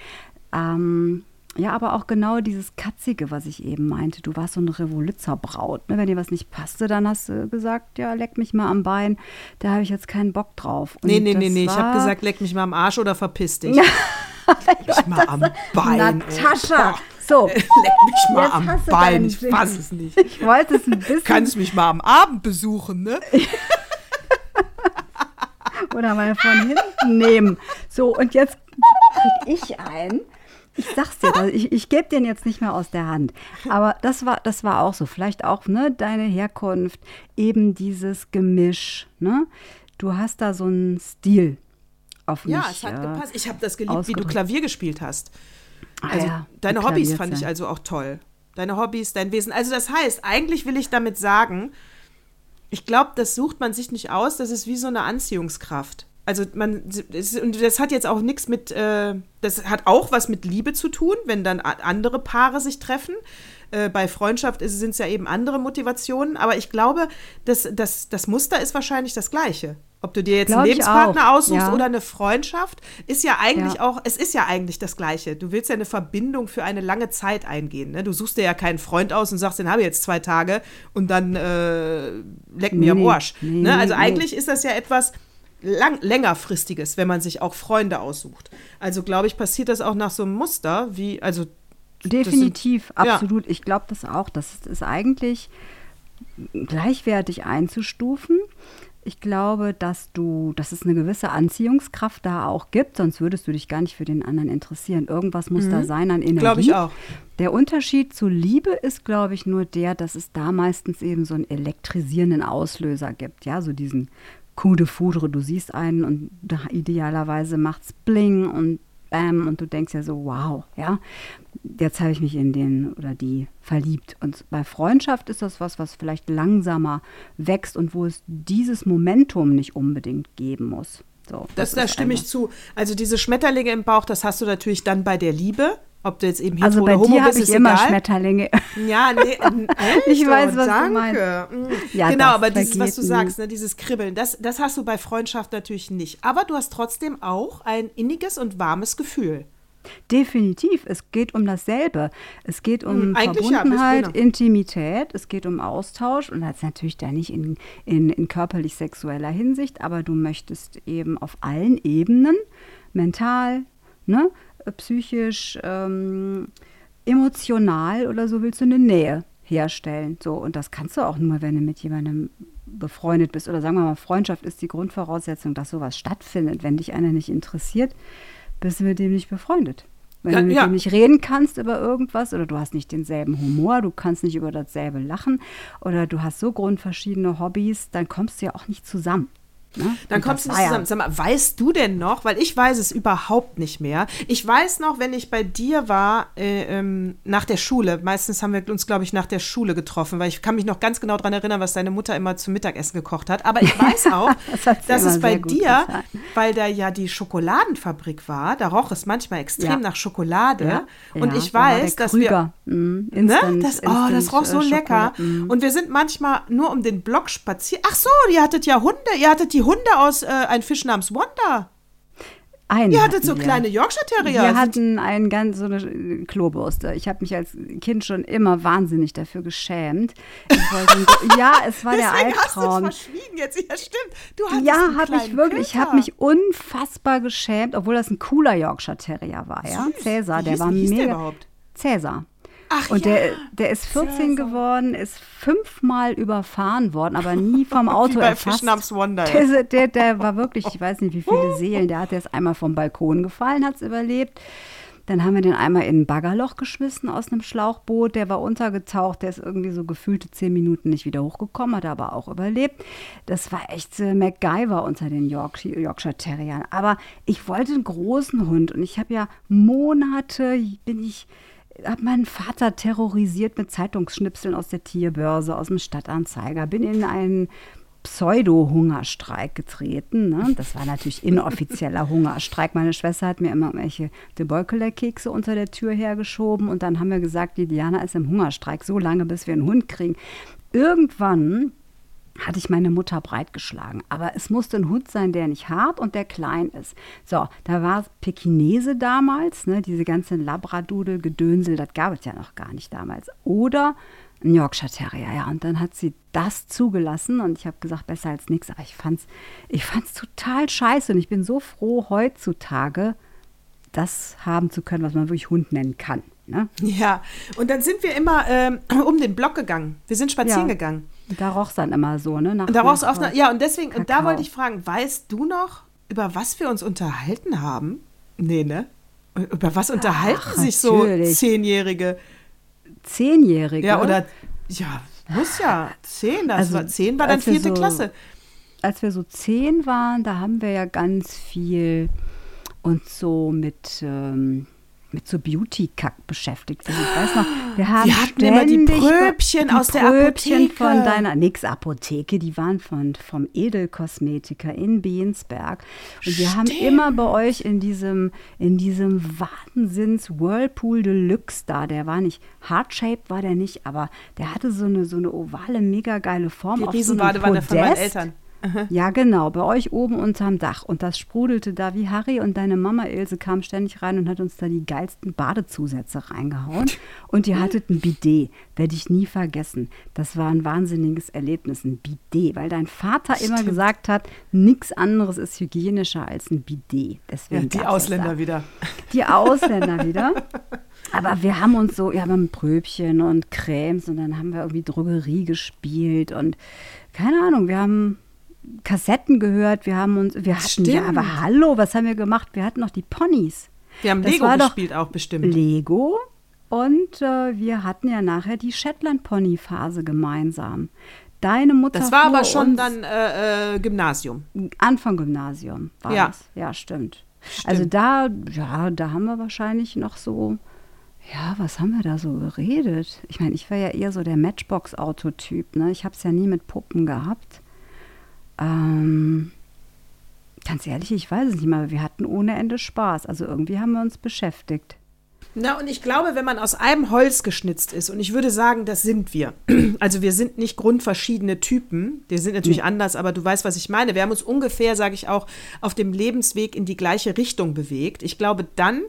A: Ähm, ja, aber auch genau dieses Katzige, was ich eben meinte. Du warst so eine Revoluzerbraut. Ne? Wenn dir was nicht passte, dann hast du gesagt, ja, leck mich mal am Bein. Da habe ich jetzt keinen Bock drauf. Und
B: Nee, nee, nee,
A: das
B: nee. Ich habe
A: war-
B: gesagt, leck mich mal am Arsch oder verpiss dich. leck mich mal am Bein.
A: Natascha,
B: ey.
A: so.
B: Leck mich mal
A: Jetzt
B: am
A: hast du
B: Bein.
A: deinen
B: Ich
A: Ding.
B: fass es nicht.
A: Ich wollte es ein bisschen
B: Kannst mich mal am Abend besuchen, ne?
A: oder mal von hinten nehmen. So, und jetzt krieg ich ein. Ich sag's dir, also ich, ich gebe den jetzt nicht mehr aus der Hand. Aber das war, das war auch so. Vielleicht auch, ne, deine Herkunft, eben dieses Gemisch, ne? Du hast da so einen Stil auf mich.
B: Ja, es hat
A: äh,
B: gepasst. Ich habe das geliebt, wie du
A: ausgedrückt.
B: Klavier gespielt hast.
A: Ah
B: Also
A: ja,
B: deine
A: die
B: Hobbys
A: Klavier
B: fand ich
A: sein.
B: also auch toll. Deine Hobbys, dein Wesen. Also das heißt, eigentlich will ich damit sagen, ich glaube, das sucht man sich nicht aus, das ist wie so eine Anziehungskraft. Also man, es- und das hat jetzt auch nichts mit, äh, das hat auch was mit Liebe zu tun, wenn dann a- andere Paare sich treffen. Äh, bei Freundschaft sind es ja eben andere Motivationen, aber ich glaube, das, das, das Muster ist wahrscheinlich das gleiche. Ob du dir jetzt
A: Glaub
B: einen
A: ich
B: Lebenspartner
A: auch,
B: aussuchst
A: ja.
B: oder eine Freundschaft, ist ja eigentlich
A: Ja.
B: auch, es ist ja eigentlich das Gleiche. Du willst ja eine Verbindung für eine lange Zeit eingehen. Ne? Du suchst dir ja keinen Freund aus und sagst, den habe ich jetzt zwei Tage und dann äh, leck mir am
A: Nee,
B: Arsch.
A: nee,
B: ne? Also
A: nee.
B: eigentlich ist das ja etwas lang, längerfristiges, wenn man sich auch Freunde aussucht. Also glaube ich, passiert das auch nach so einem Muster, wie, also
A: Definitiv,
B: das sind- ja.
A: absolut. Ich glaube das auch. Das ist, ist eigentlich gleichwertig einzustufen. Ich glaube, dass du, dass es eine gewisse Anziehungskraft da auch gibt, sonst würdest du dich gar nicht für den anderen interessieren. Irgendwas muss da sein an Energie.
B: Glaube ich auch.
A: Der Unterschied zu Liebe ist, glaube ich, nur der, dass es da meistens eben so einen elektrisierenden Auslöser gibt. Ja, so diesen Coup de foudre. Du siehst einen und da idealerweise macht's Bling und Bam und du denkst ja so, wow, ja. jetzt habe ich mich in den oder die verliebt. Und bei Freundschaft ist das was, was vielleicht langsamer wächst und wo es dieses Momentum nicht unbedingt geben muss. So,
B: das,
A: das
B: da stimme ich zu. Also diese Schmetterlinge im Bauch, das hast du natürlich dann bei der Liebe. Ob du jetzt eben hetero
A: also bei
B: oder homo
A: dir
B: bist,
A: habe ich
B: ist
A: immer
B: egal.
A: Schmetterlinge.
B: Ja, nee, echt?
A: Ich weiß,
B: oh,
A: was
B: danke.
A: du meinst.
B: Mm.
A: Ja,
B: genau,
A: das
B: aber dieses, was du
A: vergeht
B: sagst, ne, dieses Kribbeln, das, das hast du bei Freundschaft natürlich nicht. Aber du hast trotzdem auch ein inniges und warmes Gefühl.
A: Definitiv, es geht um dasselbe. Es geht um
B: Hm, eigentlich
A: Verbundenheit,
B: ja, bis- genau.
A: Intimität, es geht um Austausch und das natürlich da nicht in, in, in körperlich-sexueller Hinsicht, aber du möchtest eben auf allen Ebenen, mental, ne, psychisch, ähm, emotional oder so willst du eine Nähe herstellen. So, und das kannst du auch nur, wenn du mit jemandem befreundet bist oder sagen wir mal, Freundschaft ist die Grundvoraussetzung, dass sowas stattfindet. Wenn dich einer nicht interessiert, bist du mit dem nicht befreundet. Wenn
B: Ja,
A: du mit
B: ja.
A: dem nicht reden kannst über irgendwas oder du hast nicht denselben Humor, du kannst nicht über dasselbe lachen oder du hast so grundverschiedene Hobbys, dann kommst du ja auch nicht zusammen. Ne?
B: Dann
A: Und
B: kommst du
A: das
B: nicht
A: war ja-
B: zusammen. Sag mal, weißt du denn noch, weil ich weiß es überhaupt nicht mehr. Ich weiß noch, wenn ich bei dir war, äh, ähm, nach der Schule, meistens haben wir uns, glaube ich, nach der Schule getroffen, weil ich kann mich noch ganz genau daran erinnern, was deine Mutter immer zum Mittagessen gekocht hat. Aber ich weiß auch,
A: Das hat sie
B: dass
A: immer
B: es bei
A: sehr gut
B: dir,
A: getan.
B: weil da ja die Schokoladenfabrik war, da roch es manchmal extrem
A: Ja.
B: nach Schokolade.
A: Ja,
B: Und
A: ja,
B: ich
A: da war
B: weiß,
A: der
B: dass wir
A: Krüger. Mhm,
B: Ne?
A: Instant-
B: Das, oh, das
A: Instant,
B: roch so
A: äh,
B: lecker.
A: Schokolade. Mhm.
B: Und wir sind manchmal nur um den Block spaziert. Ach so, ihr hattet ja Hunde. Ihr hattet die Hunde aus äh, Ein Fisch namens Wanda.
A: Einen
B: Ihr hattet
A: hatten
B: so
A: wir.
B: kleine Yorkshire Terrier.
A: Wir
B: Sind-
A: hatten einen ganz, so eine Klobürste. Ich habe mich als Kind schon immer wahnsinnig dafür geschämt. Ich wollte, ja, es war der
B: Deswegen hast du es
A: Albtraum.
B: verschwiegen jetzt. Ja, stimmt. Du hattest
A: Ja,
B: einen
A: habe ich
B: kleinen
A: wirklich. Ich
B: Köter.
A: habe mich unfassbar geschämt, obwohl das ein cooler Yorkshire Terrier war. Ja?
B: Süß.
A: Cäsar,
B: Wie
A: der
B: hieß-
A: war
B: wie hieß der
A: mega.
B: überhaupt?
A: Cäsar.
B: Ach
A: Und
B: ja.
A: der, der ist vierzehn
B: Cäsar.
A: geworden, ist fünfmal überfahren worden, aber nie vom Auto
B: Wie bei
A: erfasst.
B: Fisch namens Wanda. Ja.
A: Der, der, der war wirklich, ich weiß nicht, wie viele Seelen. Der hat jetzt einmal vom Balkon gefallen, hat es überlebt. Dann haben wir den einmal in ein Baggerloch geschmissen aus einem Schlauchboot. Der war untergetaucht, der ist irgendwie so gefühlte zehn Minuten nicht wieder hochgekommen, hat aber auch überlebt. Das war echt äh, MacGyver unter den York Yorkshire Terriern. Aber ich wollte einen großen Hund und ich habe ja Monate, bin ich, habe meinen Vater terrorisiert mit Zeitungsschnipseln aus der Tierbörse, aus dem Stadtanzeiger, bin in einen Pseudo-Hungerstreik getreten. Ne? Das war natürlich inoffizieller Hungerstreik. Meine Schwester hat mir immer welche De Beukeler-Kekse unter der Tür hergeschoben und dann haben wir gesagt, die Diana ist im Hungerstreik, so lange, bis wir einen Hund kriegen. Irgendwann hatte ich meine Mutter breitgeschlagen. Aber es musste ein Hund sein, der nicht hart und der klein ist. So, da war Pekinese damals, ne, diese ganzen Labradudel-Gedönsel, das gab es ja noch gar nicht damals. Oder ein Yorkshire Terrier, ja. Und dann hat sie das zugelassen und ich habe gesagt, besser als nichts. Aber ich fand's, ich fand's total scheiße und ich bin so froh, heutzutage das haben zu können, was man wirklich Hund nennen kann. Ne?
B: Ja, und dann sind wir immer ähm, um den Block gegangen. Wir sind spazieren
A: Ja.
B: gegangen.
A: Und da roch es dann immer so, ne? Nach,
B: Und da rochst du
A: nach,
B: auch, noch- ja, und deswegen, und da
A: Kakao.
B: wollte ich fragen, weißt du noch, über was wir uns unterhalten haben? Nee, ne? Über was unterhalten
A: Ach,
B: sich so
A: natürlich.
B: Zehnjährige?
A: Zehnjährige.
B: Ja, oder, ja, muss ja, zehn, das
A: Also,
B: war, zehn war dann
A: als wir
B: vierte
A: so-
B: Klasse.
A: Als wir so zehn waren, da haben wir ja ganz viel uns so mit, ähm, mit so Beauty-Kack beschäftigt. Also ich weiß noch, wir haben
B: Wir hatten immer die
A: ständig
B: Pröbchen
A: die
B: aus der
A: Pröbchen
B: Apotheke.
A: von deiner, nix Apotheke, die waren von, vom Edelkosmetiker in Beensberg. Und wir haben
B: Stimmt.
A: immer bei euch in diesem, in diesem Wahnsinns-Whirlpool Deluxe da, der war nicht, Heart-Shaped war der nicht, aber der hatte so eine, so eine ovale, mega geile Form.
B: Die
A: auf so einem
B: Riesenbadewanne von meinen
A: Podest.
B: Eltern.
A: Ja, genau, bei euch oben unterm Dach. Und das sprudelte da wie Harry und deine Mama Ilse kam ständig rein und hat uns da die geilsten Badezusätze reingehauen. Und ihr hattet ein Bidet, werde ich nie vergessen. Das war ein wahnsinniges Erlebnis, ein Bidet, weil dein Vater immer
B: Stimmt.
A: gesagt hat, nichts anderes ist hygienischer als ein Bidet. Deswegen
B: Ja, die
A: gab's das
B: Ausländer
A: da.
B: wieder.
A: Die Ausländer wieder. Aber wir haben uns so, ja, wir haben Pröbchen und Cremes und dann haben wir irgendwie Drogerie gespielt und keine Ahnung, wir haben Kassetten gehört, wir haben uns, wir hatten, ja,
B: Stimmt.
A: aber hallo, was haben wir gemacht? Wir hatten noch die Ponys.
B: Wir haben
A: Das
B: Lego
A: war doch
B: gespielt auch bestimmt.
A: Lego und äh, wir hatten ja nachher die Shetland-Pony-Phase gemeinsam. Deine Mutter
B: Das war
A: fuhr
B: aber schon
A: uns
B: dann äh, äh, Gymnasium.
A: Anfang Gymnasium war
B: Ja.
A: das. Ja, stimmt.
B: Stimmt.
A: Also da, ja, da haben wir wahrscheinlich noch so, Ja, was haben wir da so geredet? Ich meine, ich war ja eher so der Matchbox-Autotyp, ne? Ich habe es ja nie mit Puppen gehabt. Ähm, ganz ehrlich, ich weiß es nicht mehr, aber wir hatten ohne Ende Spaß. Also irgendwie haben wir uns beschäftigt.
B: Na, und ich glaube, wenn man aus einem Holz geschnitzt ist, und ich würde sagen, das sind wir. Also wir sind nicht grundverschiedene Typen, die sind natürlich mhm. anders, aber du weißt, was ich meine. Wir haben uns ungefähr, sage ich auch, auf dem Lebensweg in die gleiche Richtung bewegt. Ich glaube, dann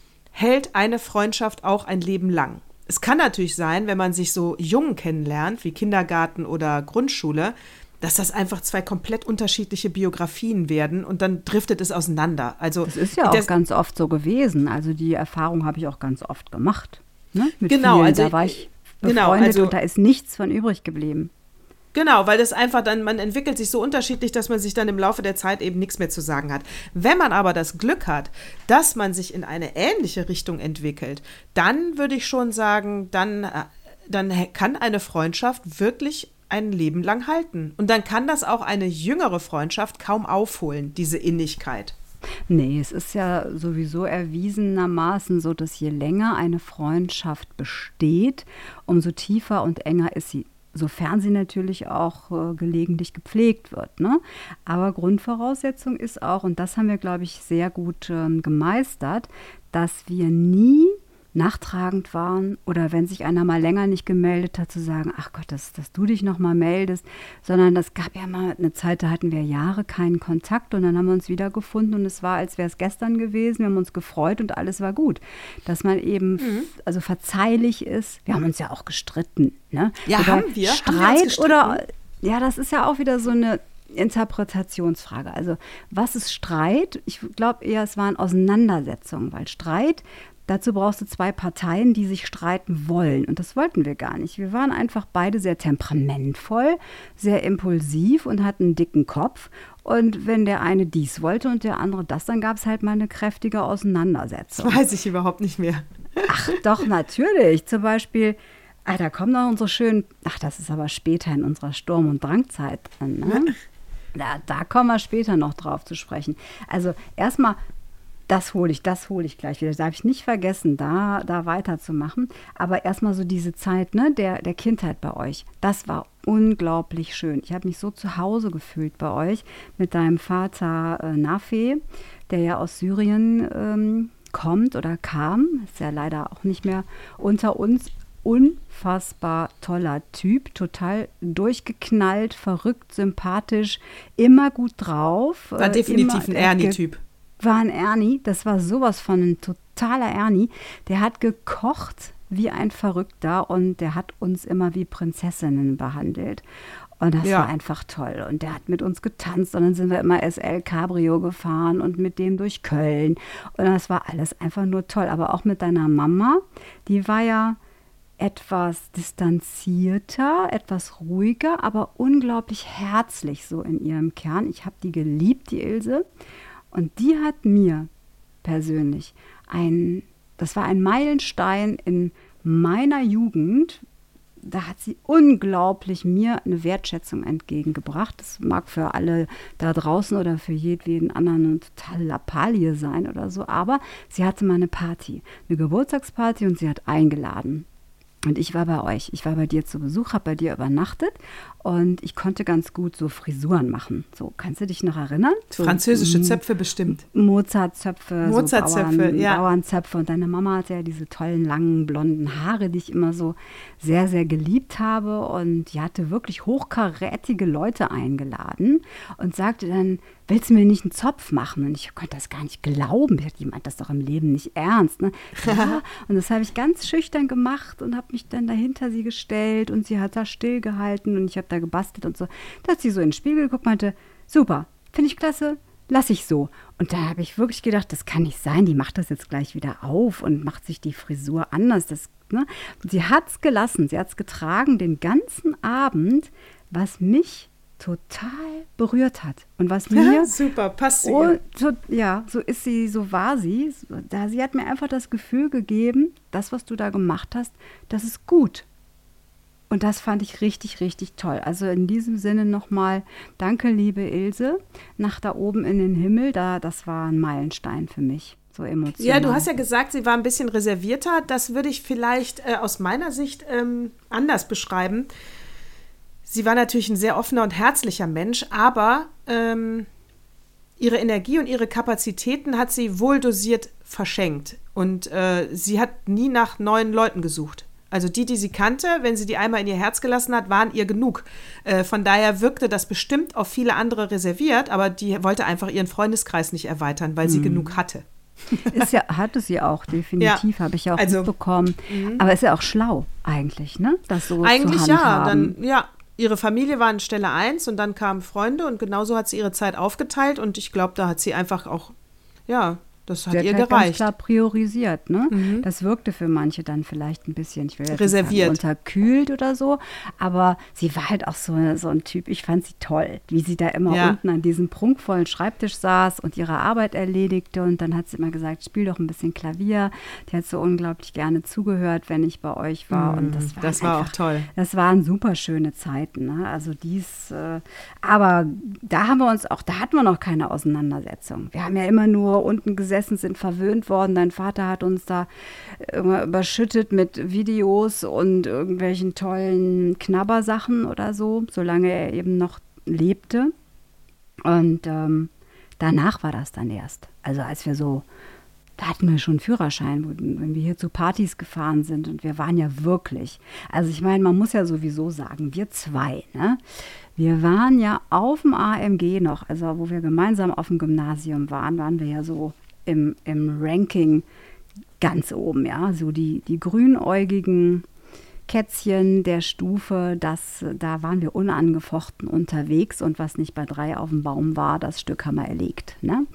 B: hält eine Freundschaft auch ein Leben lang. Es kann natürlich sein, wenn man sich so jung kennenlernt, wie Kindergarten oder Grundschule, dass das einfach zwei komplett unterschiedliche Biografien werden und dann driftet es auseinander. Also
A: das ist ja auch das, ganz oft so gewesen. Also die Erfahrung habe ich auch ganz oft gemacht. Ne? Mit
B: genau,
A: vielen.
B: also
A: da war ich befreundet
B: genau, also,
A: und da ist nichts von übrig geblieben.
B: Genau, weil das einfach dann, man entwickelt sich so unterschiedlich, dass man sich dann im Laufe der Zeit eben nichts mehr zu sagen hat. Wenn man aber das Glück hat, dass man sich in eine ähnliche Richtung entwickelt, dann würde ich schon sagen, dann, dann kann eine Freundschaft wirklich ein Leben lang halten. Und dann kann das auch eine jüngere Freundschaft kaum aufholen, diese Innigkeit.
A: Nee, es ist ja sowieso erwiesenermaßen so, dass je länger eine Freundschaft besteht, umso tiefer und enger ist sie. Sofern sie natürlich auch äh, gelegentlich gepflegt wird. Ne? Aber Grundvoraussetzung ist auch, und das haben wir, glaube ich, sehr gut ähm, gemeistert, dass wir nie nachtragend waren oder wenn sich einer mal länger nicht gemeldet hat, zu sagen, ach Gott, dass, dass du dich noch mal meldest, sondern das gab ja mal eine Zeit, da hatten wir Jahre keinen Kontakt und dann haben wir uns wiedergefunden und es war, als wäre es gestern gewesen, wir haben uns gefreut und alles war gut. Dass man eben mhm. also verzeihlich ist. Wir haben uns ja auch gestritten. Ne?
B: Ja,
A: Wobei
B: haben wir.
A: Streit
B: haben wir uns gestritten?
A: Oder, ja, das ist ja auch wieder so eine Interpretationsfrage. Also was ist Streit? Ich glaube eher, es waren Auseinandersetzungen, weil Streit, dazu brauchst du zwei Parteien, die sich streiten wollen. Und das wollten wir gar nicht. Wir waren einfach beide sehr temperamentvoll, sehr impulsiv und hatten einen dicken Kopf. Und wenn der eine dies wollte und der andere das, dann gab es halt mal eine kräftige Auseinandersetzung.
B: Das weiß ich überhaupt nicht mehr.
A: Ach doch, natürlich. Zum Beispiel, ah, da kommen noch unsere schönen, ach, das ist aber später in unserer Sturm- und Drangzeit drin, ne? Da, da kommen wir später noch drauf zu sprechen. Also erstmal, das hole ich, das hole ich gleich wieder. Das darf ich nicht vergessen, da, da weiterzumachen. Aber erstmal so diese Zeit, ne, der, der Kindheit bei euch. Das war unglaublich schön. Ich habe mich so zu Hause gefühlt bei euch mit deinem Vater äh, Nafe, der ja aus Syrien ähm, kommt oder kam. Ist ja leider auch nicht mehr unter uns. Unfassbar toller Typ, total durchgeknallt, verrückt, sympathisch, immer gut drauf.
B: War definitiv ein Ernie-Typ.
A: War ein Ernie, das war sowas von ein totaler Ernie. Der hat gekocht wie ein Verrückter und der hat uns immer wie Prinzessinnen behandelt. Und das ja. war einfach toll. Und der hat mit uns getanzt und dann sind wir immer S L Cabrio gefahren und mit dem durch Köln. Und das war alles einfach nur toll. Aber auch mit deiner Mama, die war ja etwas distanzierter, etwas ruhiger, aber unglaublich herzlich so in ihrem Kern. Ich habe die geliebt, die Ilse. Und die hat mir persönlich ein, das war ein Meilenstein in meiner Jugend. Da hat sie unglaublich mir eine Wertschätzung entgegengebracht. Das mag für alle da draußen oder für jedweden anderen eine totale Lappalie sein oder so. Aber sie hatte mal eine Party, eine Geburtstagsparty und sie hat eingeladen. Und ich war bei euch. Ich war bei dir zu Besuch, habe bei dir übernachtet und ich konnte ganz gut so Frisuren machen. So, kannst du dich noch erinnern? So,
B: französische Zöpfe bestimmt.
A: Mozartzöpfe,
B: Mozartzöpfe,
A: so Bauern,
B: ja.
A: Bauernzöpfe. Und deine Mama hatte ja diese tollen, langen, blonden Haare, die ich immer so sehr, sehr geliebt habe. Und die hatte wirklich hochkarätige Leute eingeladen und sagte dann, willst du mir nicht einen Zopf machen? Und ich konnte das gar nicht glauben. Die meint das doch im Leben nicht ernst. Ne? Ja, und das habe ich ganz schüchtern gemacht und habe mich dann dahinter sie gestellt und sie hat da stillgehalten und ich habe da gebastelt und so. Da hat sie so in den Spiegel geguckt und meinte, super, finde ich klasse, lass ich so. Und da habe ich wirklich gedacht, das kann nicht sein, die macht das jetzt gleich wieder auf und macht sich die Frisur anders. Das, ne? Sie hat es gelassen, sie hat es getragen den ganzen Abend, was mich total berührt hat. Und was mir...
B: Ja, super, passt sie.
A: Oh, so, ja, so ist sie, so war sie. Da, sie hat mir einfach das Gefühl gegeben, das, was du da gemacht hast, das ist gut. Und das fand ich richtig, richtig toll. Also in diesem Sinne nochmal, danke, liebe Ilse, nach da oben in den Himmel, da, das war ein Meilenstein für mich. so emotional.
B: Ja, du hast ja gesagt, sie war ein bisschen reservierter. Das würde ich vielleicht äh, aus meiner Sicht ähm, anders beschreiben. Sie war natürlich ein sehr offener und herzlicher Mensch, aber ähm, ihre Energie und ihre Kapazitäten hat sie wohldosiert verschenkt. Und äh, sie hat nie nach neuen Leuten gesucht. Also die, die sie kannte, wenn sie die einmal in ihr Herz gelassen hat, waren ihr genug. Äh, von daher wirkte das bestimmt auf viele andere reserviert, aber die wollte einfach ihren Freundeskreis nicht erweitern, weil sie mhm. genug hatte.
A: Ist ja, hatte sie auch, definitiv, ja. habe ich ja auch also, mitbekommen. Mhm. Aber ist ja auch schlau eigentlich, ne? Das so
B: eigentlich
A: zu handhaben.
B: ja, dann, ja. Ihre Familie war an Stelle eins und dann kamen Freunde und genauso hat sie ihre Zeit aufgeteilt und ich glaube, da hat sie einfach auch, ja, das hat
A: sie
B: ihr
A: hat halt
B: gereicht.
A: Ganz klar priorisiert, ne?
B: Mhm.
A: Das wirkte für manche dann vielleicht ein bisschen, ich will jetzt
B: reserviert,
A: nicht sagen, unterkühlt oder so, aber sie war halt auch so, so ein Typ, ich fand sie toll, wie sie da immer
B: ja.
A: unten an diesem prunkvollen Schreibtisch saß und ihre Arbeit erledigte und dann hat sie immer gesagt, spiel doch ein bisschen Klavier. Die hat so unglaublich gerne zugehört, wenn ich bei euch war
B: mhm.
A: und das war,
B: das war
A: einfach,
B: auch toll.
A: Das waren super schöne Zeiten, ne? Also dies, äh, aber da haben wir uns auch, da hatten wir noch keine Auseinandersetzung. Wir haben ja immer nur unten gesessen, sind verwöhnt worden. Dein Vater hat uns da immer überschüttet mit Videos und irgendwelchen tollen Knabbersachen oder so, solange er eben noch lebte. Und ähm, danach war das dann erst. Also als wir so, da hatten wir schon einen Führerschein, wenn wir hier zu Partys gefahren sind und wir waren ja wirklich, also ich meine, man muss ja sowieso sagen, wir zwei, ne? Wir waren ja auf dem A M G noch, also wo wir gemeinsam auf dem Gymnasium waren, waren wir ja so im, im Ranking ganz oben, ja, so die, die grünäugigen Kätzchen der Stufe, das, da waren wir unangefochten unterwegs und was nicht bei drei auf dem Baum war, das Stück haben wir erlegt, ne?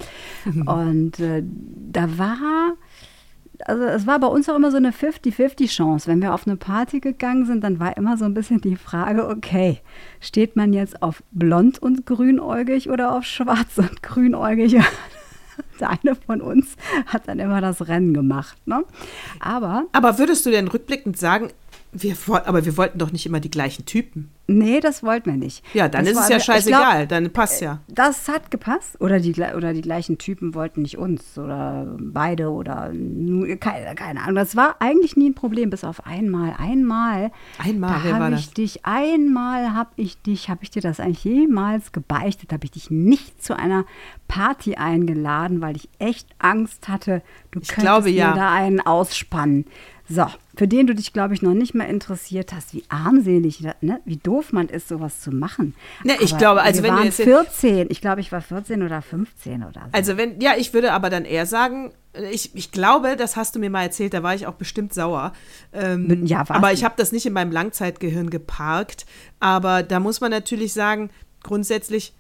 A: Und äh, da war, also es war bei uns auch immer so eine fünfzig fünfzig Chance. Wenn wir auf eine Party gegangen sind, dann war immer so ein bisschen die Frage, okay, steht man jetzt auf blond und grünäugig oder auf schwarz und grünäugig? Der eine von uns hat dann immer das Rennen gemacht, ne? Aber,
B: aber würdest du denn rückblickend sagen, wir, aber wir wollten doch nicht immer die gleichen Typen?
A: Nee, das wollten wir nicht.
B: Ja, dann
A: das
B: ist es ja scheißegal, glaub, dann passt ja.
A: Das hat gepasst. Oder die, oder die gleichen Typen wollten nicht uns oder beide oder nur, keine, keine Ahnung. Das war eigentlich nie ein Problem, bis auf einmal. Einmal,
B: einmal
A: da habe ich das? dich, einmal habe ich dich, habe ich dir das eigentlich jemals gebeichtet, habe ich dich nicht zu einer Party eingeladen, weil ich echt Angst hatte, du
B: ich
A: könntest
B: glaube, ja.
A: mir da einen ausspannen. So, für den du dich, glaube ich, noch nicht mehr interessiert hast, wie armselig, ne? Wie doof man ist, sowas zu machen.
B: Ne, ich aber glaube, also
A: wir
B: wenn
A: waren
B: du jetzt
A: vierzehn, ich glaube, ich war vierzehn oder fünfzehn oder so.
B: Also wenn, ja, ich würde aber dann eher sagen, ich, ich glaube, das hast du mir mal erzählt, da war ich auch bestimmt sauer. Ähm,
A: ja,
B: aber ich habe das nicht in meinem Langzeitgehirn geparkt. Aber da muss man natürlich sagen, grundsätzlich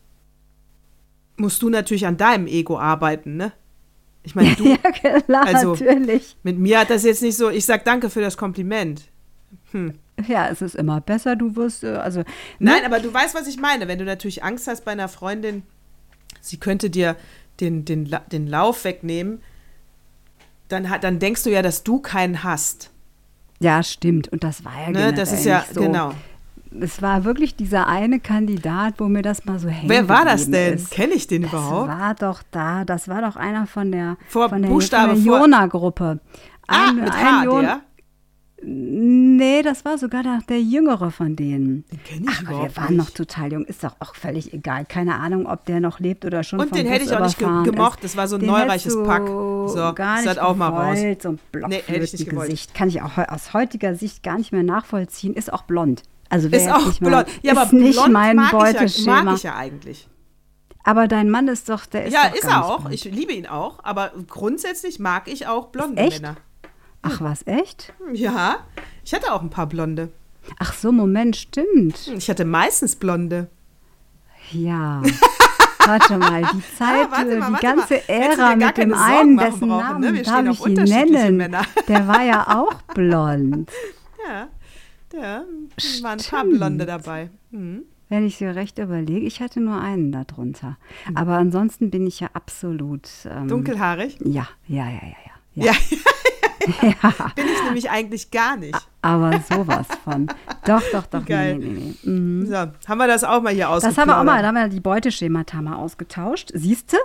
B: musst du natürlich an deinem Ego arbeiten, ne? Ich meine, du,
A: ja, klar,
B: also
A: natürlich.
B: Mit mir hat das jetzt nicht so, ich sag danke für das Kompliment. Hm.
A: Ja, es ist immer besser, du wirst, also.
B: Nein, ne? Aber du weißt, was ich meine. Wenn du natürlich Angst hast bei einer Freundin, sie könnte dir den, den, den Lauf wegnehmen, dann, dann denkst du ja, dass du keinen hast.
A: Ja, stimmt. Und das war ja ne? generell
B: Das ist ja,
A: nicht so.
B: Genau.
A: Es war wirklich dieser eine Kandidat, wo mir das mal so hängt.
B: Wer war das denn? Kenne ich den
A: das
B: überhaupt?
A: Das war doch da, das war doch einer von der,
B: vor
A: von der,
B: Buchstabe
A: von der Jona-Gruppe.
B: Ah, mit H, der?
A: Nee, das war sogar der, der Jüngere von denen.
B: Den kenne ich
A: Ach,
B: überhaupt
A: wir waren
B: nicht.
A: noch total jung, ist doch auch völlig egal. Keine Ahnung, ob der noch lebt oder schon
B: Und
A: vom
B: den hätte ich auch nicht ge- gemocht, das war so ein
A: den
B: neureiches
A: du
B: Pack. So,
A: gar nicht
B: das hat auch mal raus.
A: So ein
B: Nee, hätte ich nicht gewollt.
A: Gesicht. Kann ich auch aus heutiger Sicht gar nicht mehr nachvollziehen. Ist auch blond. Also
B: ist auch
A: nicht
B: blond.
A: Mein,
B: ja, aber
A: ist nicht
B: blond
A: mein
B: mag,
A: Beuteschema.
B: ich ja, mag ich ja eigentlich.
A: Aber dein Mann ist doch, der ist
B: Ja,
A: doch
B: ist
A: ganz
B: er auch.
A: blond.
B: Ich liebe ihn auch. Aber grundsätzlich mag ich auch blonde
A: echt?
B: Männer.
A: Ach was, echt?
B: Ja, ich hatte auch ein paar Blonde.
A: Ach so, Moment, stimmt.
B: Ich hatte meistens Blonde.
A: Ja. Warte mal, die Zeit,
B: ah, warte mal,
A: die
B: warte
A: ganze
B: mal.
A: Ära mit dem einen, dessen Namen
B: ne? Wir
A: darf
B: stehen
A: ich
B: auf
A: ihn
B: unterschiedliche
A: nennen,
B: Männer.
A: der war ja auch blond.
B: Ja, ja, waren ein paar Blonde dabei. Hm.
A: Wenn ich so recht überlege, ich hatte nur einen darunter. Aber ansonsten bin ich ja absolut ähm,
B: dunkelhaarig?
A: Ja, ja, ja, ja, ja.
B: Ja.
A: ja.
B: Bin ich nämlich eigentlich gar nicht.
A: Aber sowas von. Doch, doch, doch.
B: Geil.
A: Nee, nee, nee. Mhm.
B: So, haben wir das auch mal hier ausgeplaudert.
A: Das haben wir auch mal, da haben wir die Beuteschemata mal ausgetauscht. Siehst du?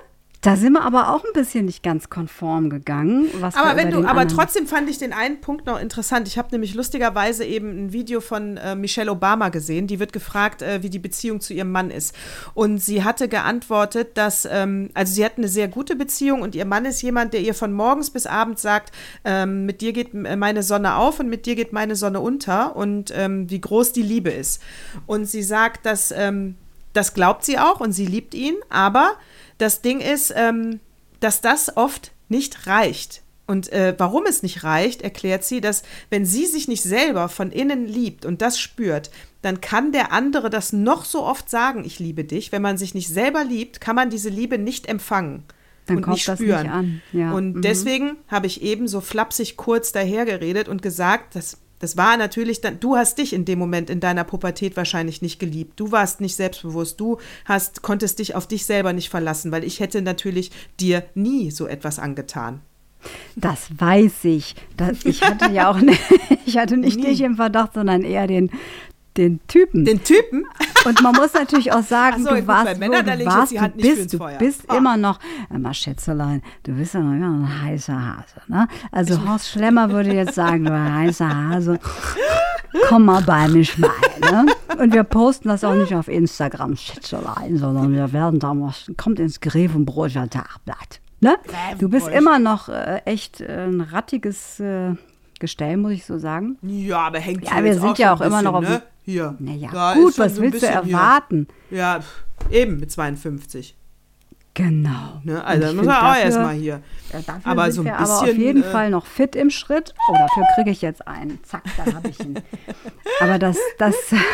A: Da sind wir aber auch ein bisschen nicht ganz konform gegangen. Was
B: aber wenn du, aber
A: anderen
B: trotzdem fand ich den einen Punkt noch interessant. Ich habe nämlich lustigerweise eben ein Video von äh, Michelle Obama gesehen. Die wird gefragt, äh, wie die Beziehung zu ihrem Mann ist. Und sie hatte geantwortet, dass, ähm, also sie hat eine sehr gute Beziehung und ihr Mann ist jemand, der ihr von morgens bis abends sagt, ähm, mit dir geht meine Sonne auf und mit dir geht meine Sonne unter und ähm, wie groß die Liebe ist. Und sie sagt, dass, ähm, das glaubt sie auch und sie liebt ihn, aber das Ding ist, ähm, dass das oft nicht reicht. Und äh, warum es nicht reicht, erklärt sie, dass wenn sie sich nicht selber von innen liebt und das spürt, dann kann der andere das noch so oft sagen, ich liebe dich. Wenn man sich nicht selber liebt, kann man diese Liebe nicht empfangen
A: Dann
B: und
A: kommt
B: nicht
A: das
B: spüren.
A: nicht an. Ja.
B: Und
A: Mhm.
B: deswegen habe ich eben so flapsig kurz dahergeredet und gesagt, dass das war natürlich dann, du hast dich in dem Moment in deiner Pubertät wahrscheinlich nicht geliebt. Du warst nicht selbstbewusst. Du hast, konntest dich auf dich selber nicht verlassen, weil ich hätte natürlich dir nie so etwas angetan.
A: Das weiß ich. Das, ich hatte ja auch nicht, ich hatte nicht
B: Nie.
A: dich im Verdacht, sondern eher den, den Typen.
B: Den Typen?
A: Und man muss natürlich auch sagen,
B: Ach so,
A: du
B: gut,
A: warst,
B: bei
A: wo
B: Männern, da
A: du
B: leg ich jetzt
A: warst,
B: die
A: du
B: Hand nicht für
A: bist,
B: ins
A: du
B: Feuer.
A: bist
B: Ah.
A: immer noch, immer Schätzelein, du bist ja noch immer ein heißer Hase, ne? Also Horst Schlemmer würde jetzt sagen, du heißer Hase, komm mal bei mich bei, ne? Und wir posten das auch nicht auf Instagram, Schätzelein, sondern wir werden da mal, kommt ins Grevenbrocher Tagblatt, ne? Du bist immer noch äh, echt äh, ein rattiges äh, Gestell, muss ich so sagen.
B: Ja, aber hängt
A: Ja,
B: hier
A: wir
B: jetzt
A: sind
B: auch
A: ja
B: schon
A: auch
B: ein
A: immer noch
B: bisschen,
A: auf
B: ne? Hier.
A: Naja,
B: Da
A: gut,
B: ist schon
A: was
B: so ein
A: willst du
B: bisschen hier.
A: erwarten?
B: Ja, pff, eben mit zweiundfünfzig.
A: Genau.
B: Ne?
A: Und
B: Also
A: ich
B: da muss
A: find
B: er auch
A: dafür-
B: erstmal hier.
A: Ja, dafür
B: Aber
A: sind
B: so ein
A: wir aber auf
B: bisschen,
A: jeden
B: äh,
A: Fall noch fit im Schritt. Oh, dafür kriege ich jetzt einen. Zack, da habe ich ihn. Aber das, das,